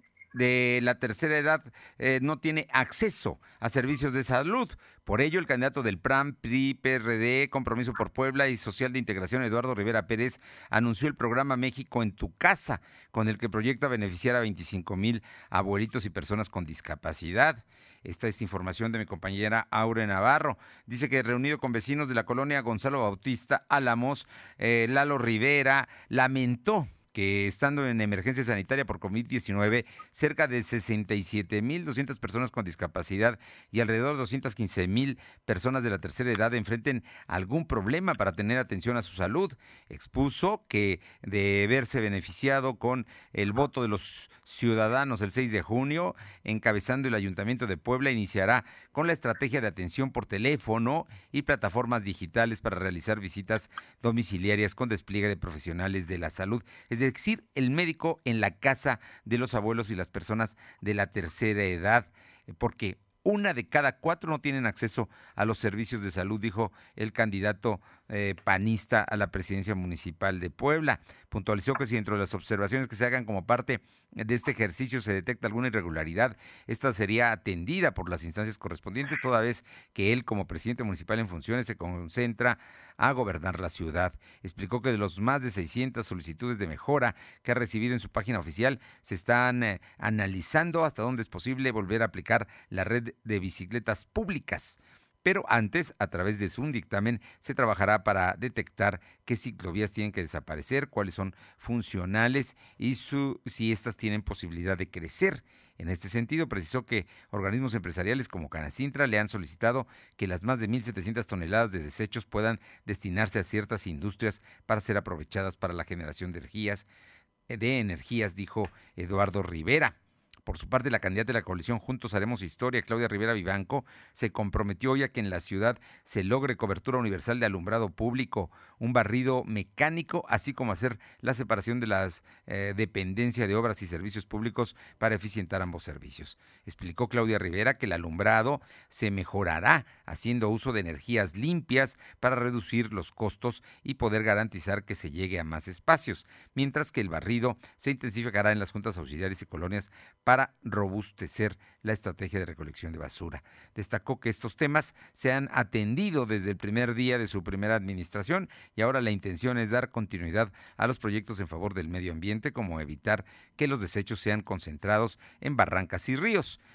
de la tercera edad eh, no tiene acceso a servicios de salud. Por ello, el candidato del P R A M, P R I, P R D, Compromiso por Puebla y Social de Integración, Eduardo Rivera Pérez, anunció el programa México en tu casa, con el que proyecta beneficiar a veinticinco mil abuelitos y personas con discapacidad. Esta es información de mi compañera Aure Navarro. Dice que reunido con vecinos de la colonia Gonzalo Bautista Álamos, eh, Lalo Rivera lamentó que estando en emergencia sanitaria por COVID diecinueve, cerca de sesenta y siete mil doscientas personas con discapacidad y alrededor de doscientas quince mil personas de la tercera edad enfrenten algún problema para tener atención a su salud. Expuso que de verse beneficiado con el voto de los ciudadanos el seis de junio, encabezando el Ayuntamiento de Puebla, iniciará con la estrategia de atención por teléfono y plataformas digitales para realizar visitas domiciliarias con despliegue de profesionales de la salud. Es decir, el médico en la casa de los abuelos y las personas de la tercera edad, porque una de cada cuatro no tienen acceso a los servicios de salud, dijo el candidato eh, panista a la presidencia municipal de Puebla. Puntualizó que si dentro de las observaciones que se hagan como parte de este ejercicio se detecta alguna irregularidad, esta sería atendida por las instancias correspondientes, toda vez que él, como presidente municipal en funciones, se concentra a gobernar la ciudad. Explicó que de los más de seiscientas solicitudes de mejora que ha recibido en su página oficial, se están eh, analizando hasta dónde es posible volver a aplicar la red de bicicletas públicas. Pero antes, a través de su dictamen, se trabajará para detectar qué ciclovías tienen que desaparecer, cuáles son funcionales y su, si éstas tienen posibilidad de crecer. En este sentido, precisó que organismos empresariales como Canacintra le han solicitado que las más de mil setecientas toneladas de desechos puedan destinarse a ciertas industrias para ser aprovechadas para la generación de energías, de energías, dijo Eduardo Rivera. Por su parte, la candidata de la coalición Juntos Haremos Historia, Claudia Rivera Vivanco, se comprometió hoy a que en la ciudad se logre cobertura universal de alumbrado público, un barrido mecánico, así como hacer la separación de las eh, dependencias de obras y servicios públicos para eficientar ambos servicios. Explicó Claudia Rivera que el alumbrado se mejorará haciendo uso de energías limpias para reducir los costos y poder garantizar que se llegue a más espacios, mientras que el barrido se intensificará en las juntas auxiliares y colonias para para robustecer la estrategia de recolección de basura. Destacó que estos temas se han atendido desde el primer día de su primera administración y ahora la intención es dar continuidad a los proyectos en favor del medio ambiente, como evitar que los desechos sean concentrados en barrancas y ríos.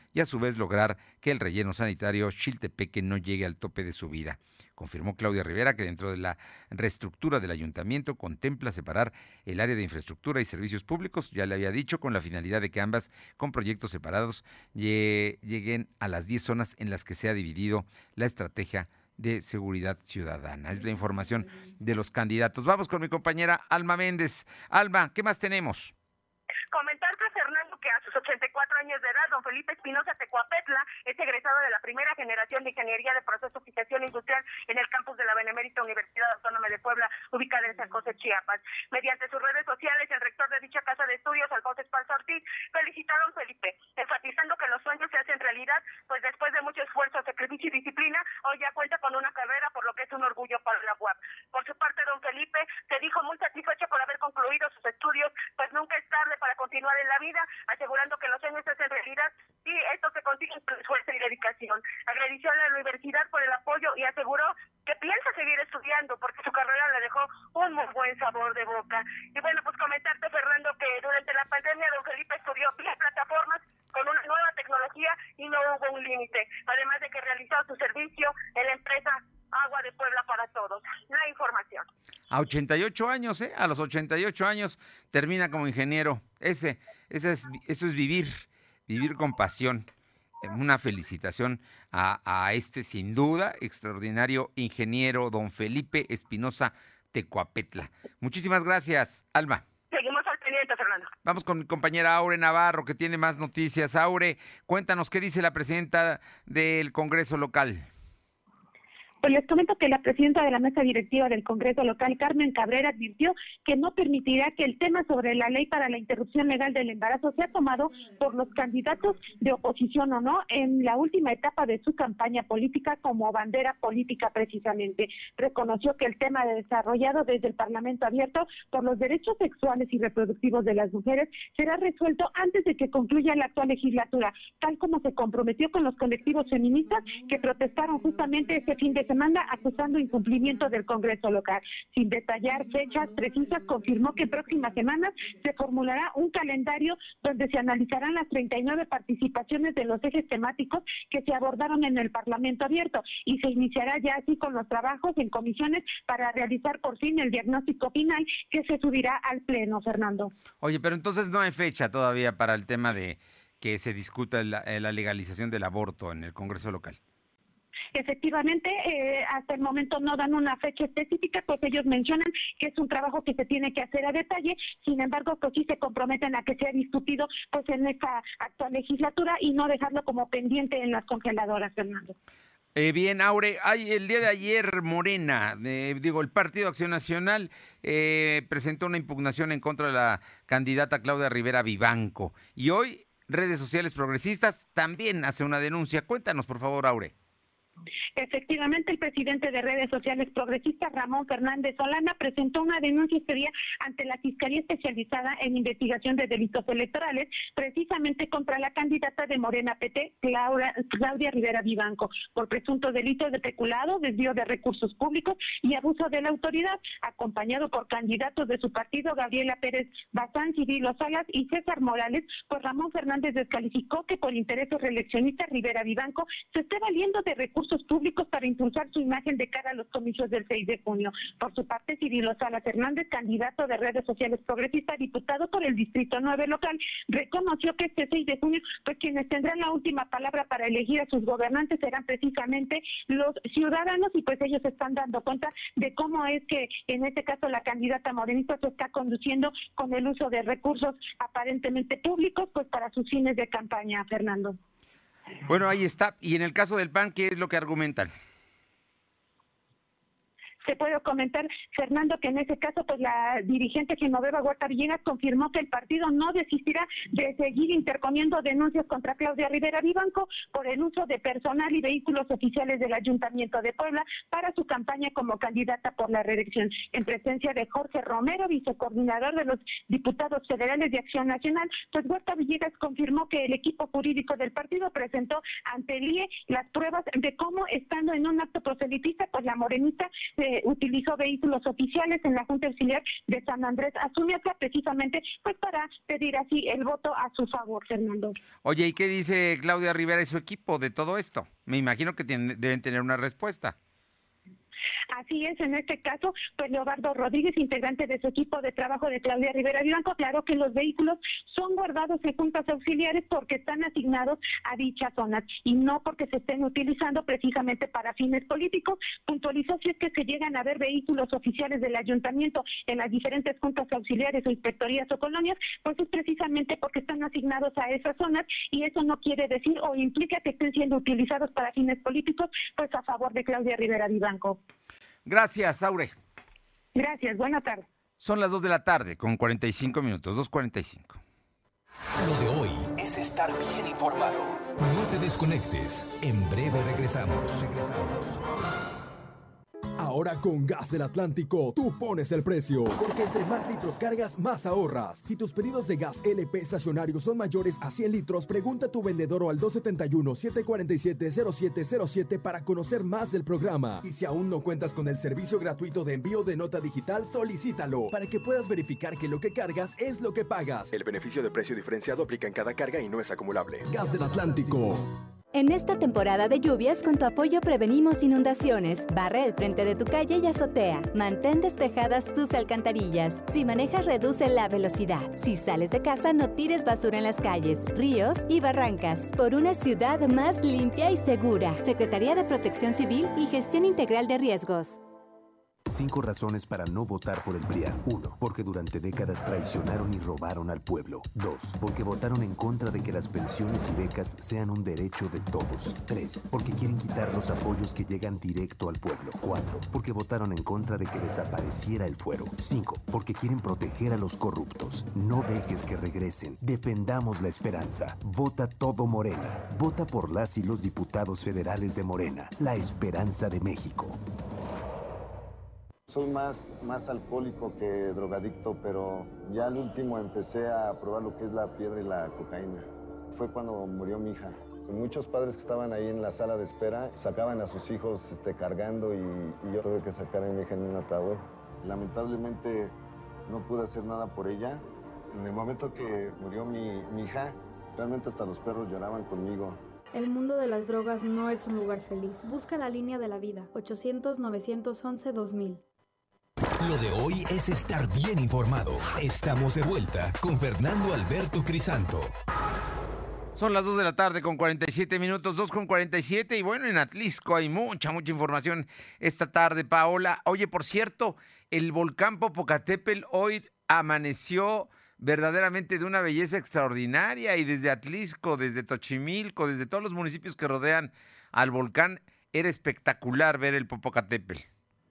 y a su vez lograr que el relleno sanitario Xiltepeque no llegue al tope de su vida. Confirmó Claudia Rivera que dentro de la reestructura del ayuntamiento contempla separar el área de infraestructura y servicios públicos, ya le había dicho, con la finalidad de que ambas, con proyectos separados, lleguen a las diez zonas en las que se ha dividido la estrategia de seguridad ciudadana. Es la información de los candidatos. Vamos con mi compañera Alma Méndez. Alma, ¿qué más tenemos? Comentarte, Fernando, que a sus ochenta y cuatro años de edad, don Felipe Espinosa Tecuapetla es egresado de la primera generación de Ingeniería de Proceso-Fijación Industrial en el campus de la Benemérita Universidad Autónoma de Puebla, ubicada en San José, Chiapas. Mediante sus redes sociales, el rector de dicha casa de estudios, Alfonso Esparza Ortiz, felicitó a don Felipe, enfatizando que los sueños se hacen realidad, pues después de mucho esfuerzo, sacrificio y disciplina, hoy ya cuenta con una carrera, por lo que es un orgullo para la U A P. Por su parte, don Felipe se dijo muy satisfecho por haber concluido sus estudios, pues nunca es tarde para continuar en la vida, asegurando que los sueños se hacen realidad y esto se consigue con esfuerzo y dedicación. Agradeció a la universidad por el apoyo y aseguró que piensa seguir estudiando porque su carrera le dejó un muy buen sabor de boca. Y bueno, pues comentarte, Fernando, que durante la pandemia don Felipe estudió vía plataformas con una nueva tecnología y no hubo un límite, además de que realizó su servicio en la empresa Agua de Puebla para Todos. La información. A ochenta y ocho años, ¿eh? A los ochenta y ocho años termina como ingeniero. Ese, ese es, eso es vivir, vivir con pasión. Una felicitación a, a este, sin duda, extraordinario ingeniero, don Felipe Espinosa Tecuapetla. Muchísimas gracias, Alma. Seguimos al pendiente, Fernando. Vamos con mi compañera Aure Navarro, que tiene más noticias. Aure, cuéntanos qué dice la presidenta del Congreso local. Pues les comento que la presidenta de la mesa directiva del Congreso local, Carmen Cabrera, advirtió que no permitirá que el tema sobre la ley para la interrupción legal del embarazo sea tomado por los candidatos de oposición o no en la última etapa de su campaña política como bandera política precisamente. Reconoció que el tema desarrollado desde el Parlamento abierto por los derechos sexuales y reproductivos de las mujeres será resuelto antes de que concluya la actual legislatura, tal como se comprometió con los colectivos feministas que protestaron justamente este fin de semana acusando incumplimiento del Congreso local. Sin detallar fechas precisas, confirmó que en próximas semanas se formulará un calendario donde se analizarán las treinta y nueve participaciones de los ejes temáticos que se abordaron en el Parlamento abierto y se iniciará ya así con los trabajos en comisiones para realizar por fin el diagnóstico final que se subirá al Pleno, Fernando. Oye, pero entonces no hay fecha todavía para el tema de que se discuta la, la legalización del aborto en el Congreso local. Efectivamente, eh, hasta el momento no dan una fecha específica, pues ellos mencionan que es un trabajo que se tiene que hacer a detalle, sin embargo, pues sí se comprometen a que sea discutido pues en esta actual legislatura y no dejarlo como pendiente en las congeladoras, Fernando. Eh, bien, Aure, hay, el día de ayer Morena, eh, digo, el Partido Acción Nacional eh, presentó una impugnación en contra de la candidata Claudia Rivera Vivanco y hoy redes sociales progresistas también hace una denuncia. Cuéntanos, por favor, Aure. Efectivamente, el presidente de redes sociales progresistas, Ramón Fernández Solana, presentó una denuncia este día ante la Fiscalía Especializada en Investigación de Delitos Electorales, precisamente contra la candidata de Morena P T, Claudia, Claudia Rivera Vivanco, por presuntos delitos de peculado, desvío de recursos públicos y abuso de la autoridad, acompañado por candidatos de su partido, Gabriela Pérez Bazán, Cirilo Salas y César Morales. Pues Ramón Fernández descalificó que por intereses reeleccionistas Rivera Vivanco se esté valiendo de recursos públicos para impulsar su imagen de cara a los comicios del seis de junio. Por su parte, Cirilo Salas Hernández, candidato de redes sociales progresistas, diputado por el Distrito nueve local, reconoció que este seis de junio, pues quienes tendrán la última palabra para elegir a sus gobernantes serán precisamente los ciudadanos y pues ellos están dando cuenta de cómo es que en este caso la candidata morenista se está conduciendo con el uso de recursos aparentemente públicos pues para sus fines de campaña, Fernando. Bueno, ahí está. Y en el caso del P A N, ¿qué es lo que argumentan? Te puedo comentar, Fernando, que en ese caso, pues la dirigente Genoveva Huerta Villegas confirmó que el partido no desistirá de seguir interponiendo denuncias contra Claudia Rivera Vivanco por el uso de personal y vehículos oficiales del Ayuntamiento de Puebla para su campaña como candidata por la reelección. En presencia de Jorge Romero, vicecoordinador de los diputados federales de Acción Nacional, pues Huerta Villegas confirmó que el equipo jurídico del partido presentó ante el I E las pruebas de cómo, estando en un acto proselitista, pues la morenista eh, utilizó vehículos oficiales en la Junta Auxiliar de San Andrés Azuñaca, precisamente pues para pedir así el voto a su favor, Fernando. Oye, ¿y qué dice Claudia Rivera y su equipo de todo esto? Me imagino que tienen, deben tener una respuesta. Así es, en este caso, pues Leobardo Rodríguez, integrante de su equipo de trabajo de Claudia Rivera Vivanco, aclaró que los vehículos son guardados en juntas auxiliares porque están asignados a dichas zonas y no porque se estén utilizando precisamente para fines políticos. Puntualizó si es que se llegan a ver vehículos oficiales del ayuntamiento en las diferentes juntas auxiliares o inspectorías o colonias, pues es precisamente porque están asignados a esas zonas y eso no quiere decir o implica que estén siendo utilizados para fines políticos, pues a favor de Claudia Rivera Vivanco. Gracias, Aure. Gracias, buena tarde. Son las dos de la tarde con cuarenta y cinco minutos, dos cuarenta y cinco. Lo de hoy es estar bien informado. No te desconectes. En breve regresamos. Regresamos. Ahora con Gas del Atlántico, tú pones el precio. Porque entre más litros cargas, más ahorras. Si tus pedidos de gas L P estacionarios son mayores a cien litros, pregunta a tu vendedor o al dos siete uno, siete cuatro siete, cero siete cero siete para conocer más del programa. Y si aún no cuentas con el servicio gratuito de envío de nota digital, solicítalo para que puedas verificar que lo que cargas es lo que pagas. El beneficio de precio diferenciado aplica en cada carga y no es acumulable. Gas del Atlántico. En esta temporada de lluvias, con tu apoyo prevenimos inundaciones. Barre el frente de tu calle y azotea. Mantén despejadas tus alcantarillas. Si manejas, reduce la velocidad. Si sales de casa, no tires basura en las calles, ríos y barrancas. Por una ciudad más limpia y segura. Secretaría de Protección Civil y Gestión Integral de Riesgos. Cinco razones para no votar por el P R I A N. uno. Porque durante décadas traicionaron y robaron al pueblo. dos. Porque votaron en contra de que las pensiones y becas sean un derecho de todos. tres. Porque quieren quitar los apoyos que llegan directo al pueblo. cuatro. Porque votaron en contra de que desapareciera el fuero. cinco. Porque quieren proteger a los corruptos. No dejes que regresen. Defendamos la esperanza. Vota todo Morena. Vota por las y los diputados federales de Morena. La esperanza de México. Soy más, más alcohólico que drogadicto, pero ya al último empecé a probar lo que es la piedra y la cocaína. Fue cuando murió mi hija. Muchos padres que estaban ahí en la sala de espera sacaban a sus hijos este, cargando y, y yo tuve que sacar a mi hija en un ataúd. Lamentablemente no pude hacer nada por ella. En el momento que murió mi, mi hija, realmente hasta los perros lloraban conmigo. El mundo de las drogas no es un lugar feliz. Busca la línea de la vida. ochocientos, novecientos once, dos mil. Lo de hoy es estar bien informado. Estamos de vuelta con Fernando Alberto Crisanto. Son las dos de la tarde con cuarenta y siete minutos, dos con cuarenta y siete. Y bueno, en Atlisco hay mucha, mucha información esta tarde, Paola. Oye, por cierto, el volcán Popocatépetl hoy amaneció verdaderamente de una belleza extraordinaria y desde Atlisco, desde Tochimilco, desde todos los municipios que rodean al volcán, era espectacular ver el Popocatépetl.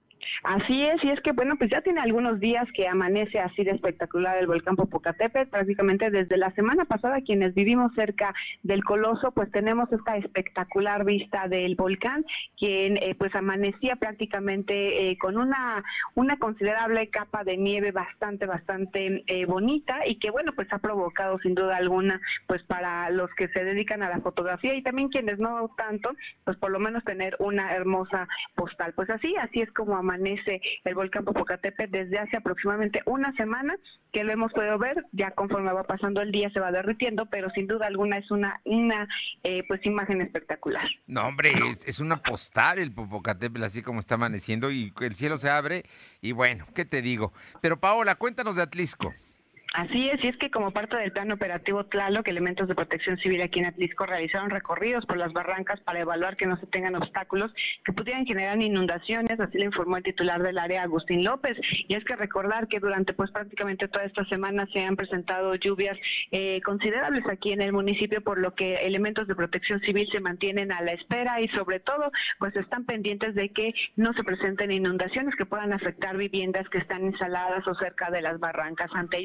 Así es, y es que, bueno, pues ya tiene algunos días que amanece así de espectacular el volcán Popocatépetl. Prácticamente desde la semana pasada, quienes vivimos cerca del Coloso, pues tenemos esta espectacular vista del volcán, quien eh, pues amanecía prácticamente eh, con una, una considerable capa de nieve bastante, bastante eh, bonita, y que, bueno, pues ha provocado sin duda alguna, pues para los que se dedican a la fotografía y también quienes no tanto, pues por lo menos tener una hermosa postal. Pues así, así es como amanece el volcán Popocatépetl desde hace aproximadamente una semana que lo hemos podido ver. Ya conforme va pasando el día se va derritiendo, pero sin duda alguna es una, una eh, pues imagen espectacular. No, hombre, es, es una postal el Popocatépetl así como está amaneciendo y el cielo se abre y bueno, ¿qué te digo? Pero Paola, cuéntanos de Atlisco. Así es, y es que como parte del plan operativo Tlaloc, elementos de protección civil aquí en Atlisco realizaron recorridos por las barrancas para evaluar que no se tengan obstáculos que pudieran generar inundaciones, así le informó el titular del área, Agustín López. Y es que recordar que durante pues prácticamente toda esta semana se han presentado lluvias eh, considerables aquí en el municipio, por lo que elementos de protección civil se mantienen a la espera y sobre todo pues están pendientes de que no se presenten inundaciones que puedan afectar viviendas que están instaladas o cerca de las barrancas. Ante ello también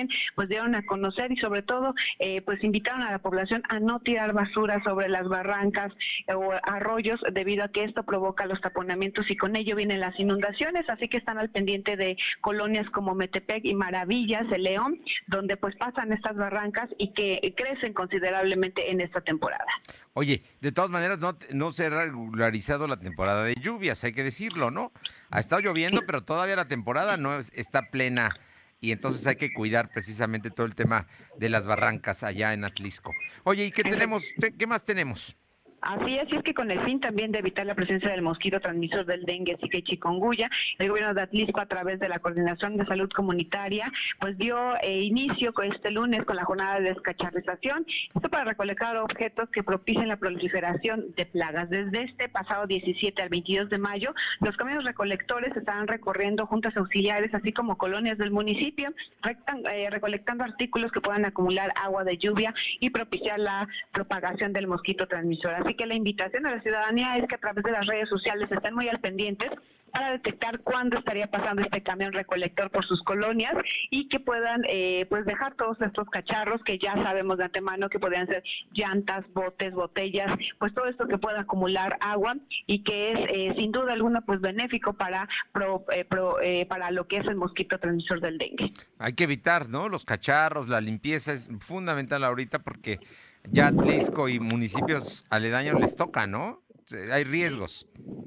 también pues dieron a conocer y sobre todo eh, pues invitaron a la población a no tirar basura sobre las barrancas eh, o arroyos debido a que esto provoca los taponamientos y con ello vienen las inundaciones, así que están al pendiente de colonias como Metepec y Maravillas, el León, donde pues pasan estas barrancas y que crecen considerablemente en esta temporada. Oye, de todas maneras no, no se ha regularizado la temporada de lluvias, hay que decirlo, ¿no? Ha estado lloviendo, pero todavía la temporada no es, está plena y entonces hay que cuidar precisamente todo el tema de las barrancas allá en Atlisco. Oye, ¿y qué tenemos? ¿Qué más tenemos? Así es, y es que con el fin también de evitar la presencia del mosquito transmisor del dengue, zika y chikungunya, el gobierno de Atlisco, a través de la Coordinación de Salud Comunitaria, pues dio eh, inicio con este lunes con la jornada de descacharrización, esto para recolectar objetos que propicien la proliferación de plagas. Desde este pasado diecisiete al veintidós de mayo, los camiones recolectores estarán recorriendo juntas auxiliares, así como colonias del municipio, rectan, eh, recolectando artículos que puedan acumular agua de lluvia y propiciar la propagación del mosquito transmisor. Así que la invitación a la ciudadanía es que a través de las redes sociales estén muy al pendientes para detectar cuándo estaría pasando este camión recolector por sus colonias y que puedan eh, pues dejar todos estos cacharros que ya sabemos de antemano que podrían ser llantas, botes, botellas, pues todo esto que pueda acumular agua y que es eh, sin duda alguna pues benéfico para pro, eh, pro, eh, para lo que es el mosquito transmisor del dengue. Hay que evitar, ¿no? Los cacharros, la limpieza es fundamental ahorita porque ya Atlisco y municipios aledaños les toca, ¿no? Hay riesgos.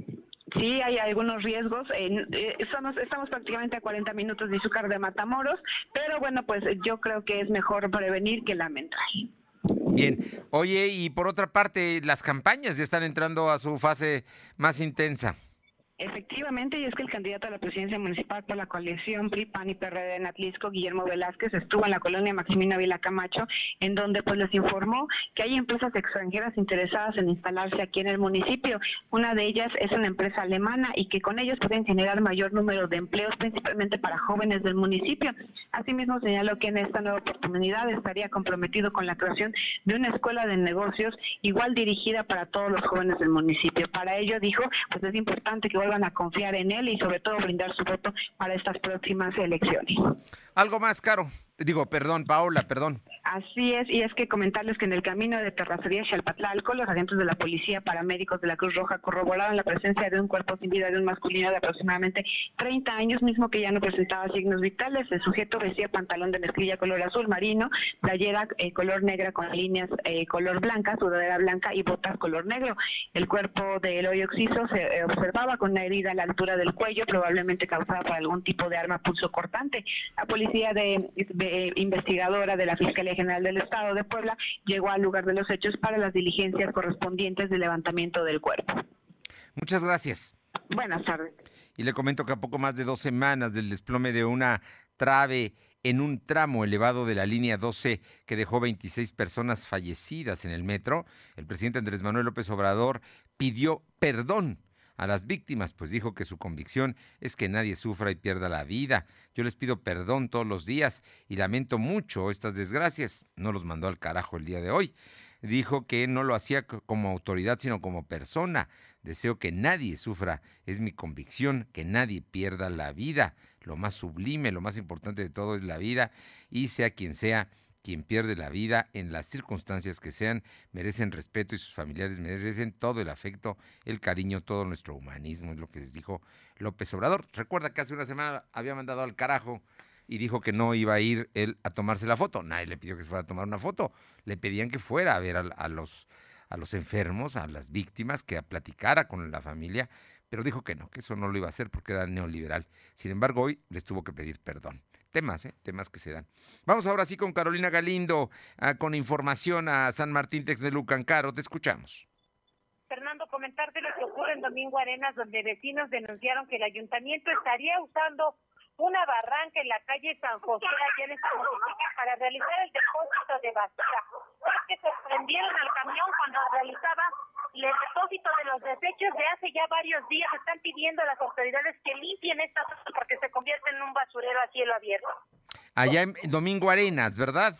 Sí, hay algunos riesgos. Eh, eh, somos, estamos prácticamente a cuarenta minutos de Izúcar de Matamoros, pero bueno, pues yo creo que es mejor prevenir que lamentar. Bien. Oye, y por otra parte, las campañas ya están entrando a su fase más intensa. Efectivamente, y es que el candidato a la presidencia municipal por la coalición P R I, P A N y P R D en Atlisco, Guillermo Velázquez, estuvo en la colonia Maximino Vila Camacho, en donde pues les informó que hay empresas extranjeras interesadas en instalarse aquí en el municipio. Una de ellas es una empresa alemana y que con ellos pueden generar mayor número de empleos, principalmente para jóvenes del municipio. Asimismo, señaló que en esta nueva oportunidad estaría comprometido con la creación de una escuela de negocios igual dirigida para todos los jóvenes del municipio. Para ello, dijo, pues es importante que vuelvan a confiar en él y sobre todo brindar su voto para estas próximas elecciones. Algo más, Caro. Digo, perdón, Paola, perdón. Así es, y es que comentarles que en el camino de Terracería Xalpatlalco, los agentes de la policía, paramédicos de la Cruz Roja corroboraron la presencia de un cuerpo sin vida de un masculino de aproximadamente treinta años, mismo que ya no presentaba signos vitales. El sujeto vestía pantalón de mezclilla color azul marino, playera eh, color negra con líneas eh, color blanca, sudadera blanca y botas color negro. El cuerpo del hoyo occiso se eh, observaba con una herida a la altura del cuello, probablemente causada por algún tipo de arma pulso cortante. La policía de, de Eh, investigadora de la Fiscalía General del Estado de Puebla llegó al lugar de los hechos para las diligencias correspondientes de levantamiento del cuerpo. Muchas gracias. Buenas tardes. Y le comento que a poco más de dos semanas del desplome de una trave en un tramo elevado de la línea doce que dejó veintiséis personas fallecidas en el metro, el presidente Andrés Manuel López Obrador pidió perdón a las víctimas, pues dijo que su convicción es que nadie sufra y pierda la vida. Yo les pido perdón todos los días y lamento mucho estas desgracias. No los mandó al carajo el día de hoy. Dijo que no lo hacía como autoridad, sino como persona. Deseo que nadie sufra. Es mi convicción que nadie pierda la vida. Lo más sublime, lo más importante de todo es la vida, y sea quien sea quien pierde la vida, en las circunstancias que sean, merecen respeto y sus familiares merecen todo el afecto, el cariño, todo nuestro humanismo, es lo que les dijo López Obrador. Recuerda que hace una semana había mandado al carajo y dijo que no iba a ir él a tomarse la foto. Nadie le pidió que se fuera a tomar una foto, le pedían que fuera a ver a, a, los, a los enfermos, a las víctimas, que platicara con la familia, pero dijo que no, que eso no lo iba a hacer porque era neoliberal. Sin embargo, hoy les tuvo que pedir perdón. Temas, ¿eh? Temas que se dan. Vamos ahora sí con Carolina Galindo, ah, con información a San Martín Texmelucan. Caro, te escuchamos. Fernando, comentarte lo que ocurre en Domingo Arenas, donde vecinos denunciaron que el ayuntamiento estaría usando una barranca en la calle San José, allá en este municipio, para realizar el depósito de basura. Es que sorprendieron al camión cuando realizaba el depósito de los desechos de hace ya varios días. Están pidiendo a las autoridades que limpien esta zona porque se convierte en un basurero a cielo abierto. Allá en Domingo Arenas, ¿verdad?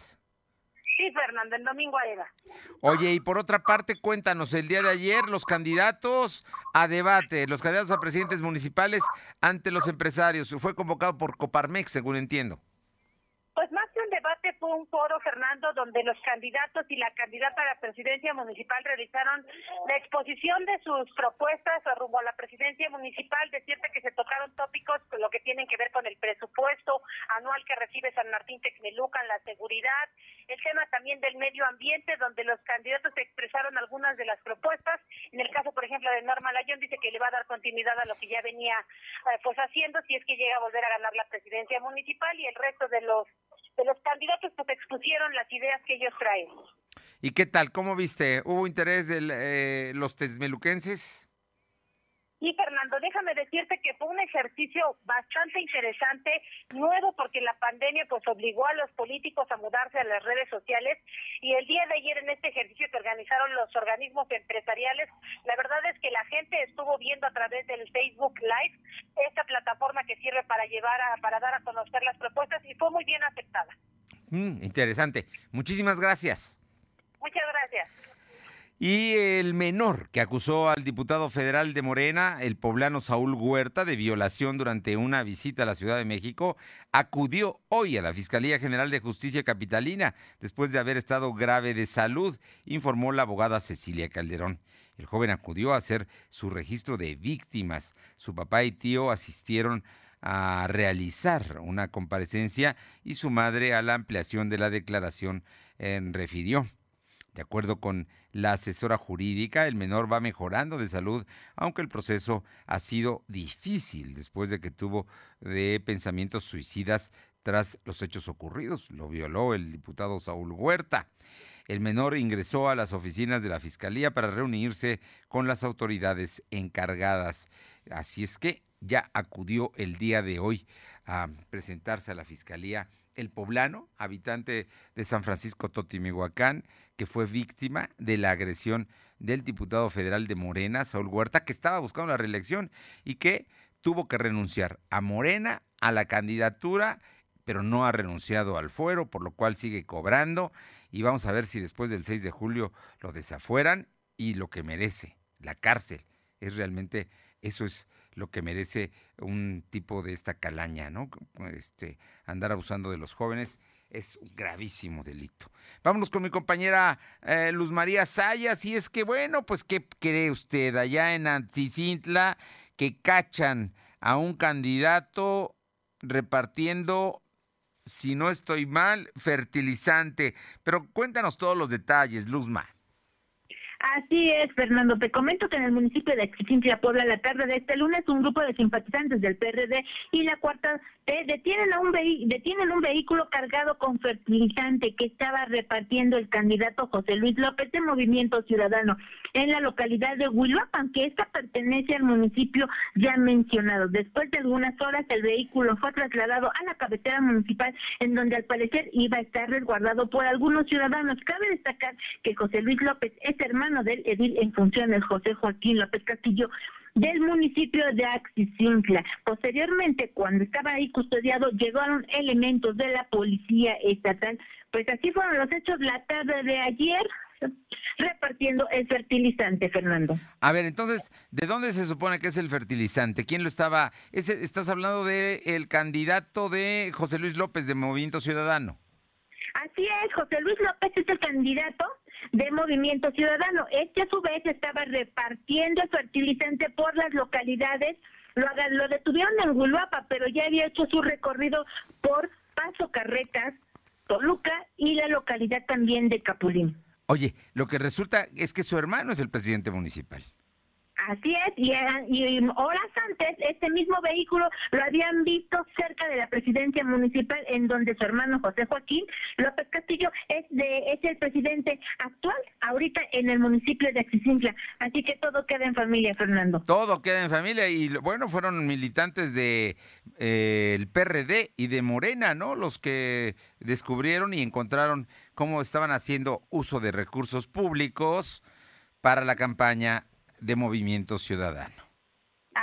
Sí, Fernando, en Domingo Arenas. Oye, y por otra parte, cuéntanos, el día de ayer los candidatos a debate, los candidatos a presidentes municipales ante los empresarios, fue convocado por Coparmex, según entiendo. Pues más que un fue un foro, Fernando, donde los candidatos y la candidata a la presidencia municipal realizaron la exposición de sus propuestas rumbo a la presidencia municipal. Decirte que se tocaron tópicos con lo que tienen que ver con el presupuesto anual que recibe San Martín Texmelucan, la seguridad, el tema también del medio ambiente, donde los candidatos expresaron algunas de las propuestas. En el caso, por ejemplo, de Norma Layón, dice que le va a dar continuidad a lo que ya venía eh, pues haciendo si es que llega a volver a ganar la presidencia municipal, y el resto de los de los candidatos pues expusieron las ideas que ellos traen. ¿Y qué tal? ¿Cómo viste? ¿Hubo interés de eh, los texmeluquenses? Y Fernando, déjame decirte que fue un ejercicio bastante interesante, nuevo, porque la pandemia pues obligó a los políticos a mudarse a las redes sociales, y el día de ayer en este ejercicio que organizaron los organismos empresariales, la verdad es que la gente estuvo viendo a través del Facebook Live esta plataforma que sirve para llevar a, para dar a conocer las propuestas, y fue muy bien aceptada. Mm, interesante. Muchísimas gracias. Muchas gracias. Y el menor que acusó al diputado federal de Morena, el poblano Saúl Huerta, de violación durante una visita a la Ciudad de México, acudió hoy a la Fiscalía General de Justicia Capitalina después de haber estado grave de salud, informó la abogada Cecilia Calderón. El joven acudió a hacer su registro de víctimas. Su papá y tío asistieron a realizar una comparecencia y su madre a la ampliación de la declaración eh, refirió. De acuerdo con la asesora jurídica, el menor va mejorando de salud, aunque el proceso ha sido difícil después de que tuvo de pensamientos suicidas tras los hechos ocurridos. Lo violó el diputado Saúl Huerta. El menor ingresó a las oficinas de la Fiscalía para reunirse con las autoridades encargadas. Así es que ya acudió el día de hoy a presentarse a la Fiscalía el poblano, habitante de San Francisco Totimihuacán, que fue víctima de la agresión del diputado federal de Morena, Saúl Huerta, que estaba buscando la reelección y que tuvo que renunciar a Morena, a la candidatura, pero no ha renunciado al fuero, por lo cual sigue cobrando, y vamos a ver si después del seis de julio lo desafueran, y lo que merece, la cárcel. Es realmente, eso es lo que merece un tipo de esta calaña, ¿no? Este, andar abusando de los jóvenes es un gravísimo delito. Vámonos con mi compañera eh, Luz María Sayas, y es que, bueno, pues, ¿qué cree usted? Allá en Atzicintla, que cachan a un candidato repartiendo, si no estoy mal, fertilizante. Pero cuéntanos todos los detalles, Luzma. Así es, Fernando. Te comento que en el municipio de Atzicintla, Puebla, la tarde de este lunes, un grupo de simpatizantes del P R D y la Cuarta T detienen a un vehi- detienen un vehículo cargado con fertilizante que estaba repartiendo el candidato José Luis López de Movimiento Ciudadano en la localidad de Huiloapan, que esta pertenece al municipio ya mencionado. Después de algunas horas, el vehículo fue trasladado a la cabecera municipal, en donde al parecer iba a estar resguardado por algunos ciudadanos. Cabe destacar que José Luis López es hermano del edil en funciones, José Joaquín López Castillo, del municipio de Atzicintla. Posteriormente, cuando estaba ahí custodiado, llegaron elementos de la policía estatal. Pues así fueron los hechos la tarde de ayer, repartiendo el fertilizante, Fernando. A ver, entonces, ¿de dónde se supone que es el fertilizante? ¿Quién lo estaba? Ese, ¿Estás hablando de el candidato de José Luis López de Movimiento Ciudadano? Así es, José Luis López es el candidato de Movimiento Ciudadano. Este a su vez estaba repartiendo el fertilizante por las localidades. Lo, lo detuvieron en Huiloapan, pero ya había hecho su recorrido por Paso Carretas, Toluca y la localidad también de Capulín. Oye, lo que resulta es que su hermano es el presidente municipal. Así es, y, y horas antes este mismo vehículo lo habían visto cerca de la presidencia municipal, en donde su hermano José Joaquín López Castillo es de es el presidente actual ahorita en el municipio de Atzicintla. Así que todo queda en familia, Fernando. Todo queda en familia, y bueno, fueron militantes de eh, el P R D y de Morena, ¿no? Los que descubrieron y encontraron cómo estaban haciendo uso de recursos públicos para la campaña de Movimiento Ciudadano.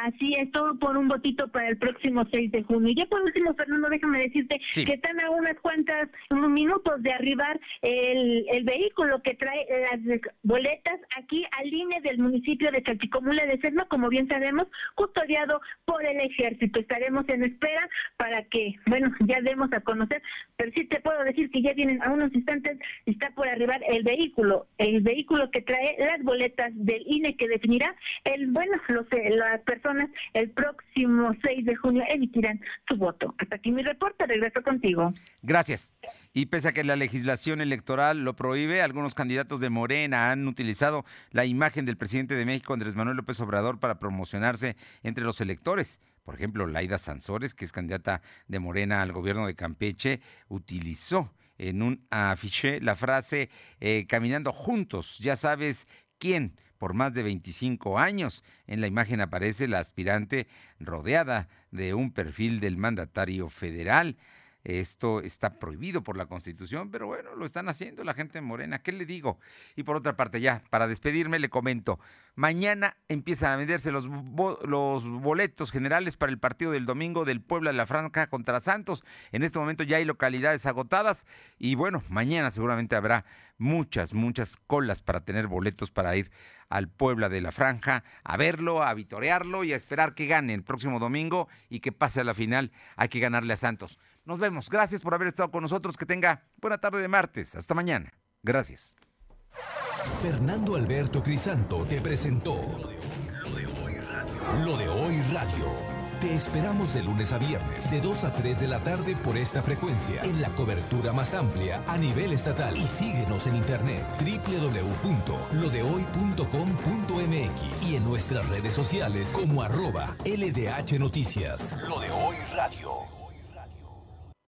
Así es, todo por un votito para el próximo seis de junio. Y ya por último, Fernando, déjame decirte sí. que están a unas cuantas, unos minutos de arribar el, el vehículo que trae las boletas aquí al I N E del municipio de Chalchicomula de Sesma, como bien sabemos, custodiado por el ejército. Estaremos en espera para que, bueno, ya demos a conocer, pero sí te puedo decir que ya vienen a unos instantes, está por arribar el vehículo, el vehículo que trae las boletas del I N E que definirá el, bueno, los, las personas el próximo seis de junio emitirán su voto. Hasta aquí mi reporte, regreso contigo. Gracias. Y pese a que la legislación electoral lo prohíbe, algunos candidatos de Morena han utilizado la imagen del presidente de México, Andrés Manuel López Obrador, para promocionarse entre los electores. Por ejemplo, Laida Sansores, que es candidata de Morena al gobierno de Campeche, utilizó en un afiche la frase eh, caminando juntos, ya sabes quién, por más de veinticinco años. En la imagen aparece la aspirante rodeada de un perfil del mandatario federal. Esto está prohibido por la Constitución, pero bueno, lo están haciendo la gente de Morena. ¿Qué le digo? Y por otra parte, ya, para despedirme, le comento. Mañana empiezan a venderse los, bo los boletos generales para el partido del domingo del Puebla de la Franja contra Santos. En este momento ya hay localidades agotadas y bueno, mañana seguramente habrá muchas, muchas colas para tener boletos para ir al Puebla de la Franja, a verlo, a vitorearlo y a esperar que gane el próximo domingo y que pase a la final. Hay que ganarle a Santos. Nos vemos. Gracias por haber estado con nosotros. Que tenga buena tarde de martes. Hasta mañana. Gracias. Fernando Alberto Crisanto te presentó Lo de Hoy Radio. Lo de Hoy Radio. Te esperamos de lunes a viernes, de dos a tres de la tarde por esta frecuencia, en la cobertura más amplia a nivel estatal. Y síguenos en internet, doble u doble u doble u punto lo de hoy punto com punto m x y en nuestras redes sociales como arroba L D H Noticias. Lo de Hoy Radio.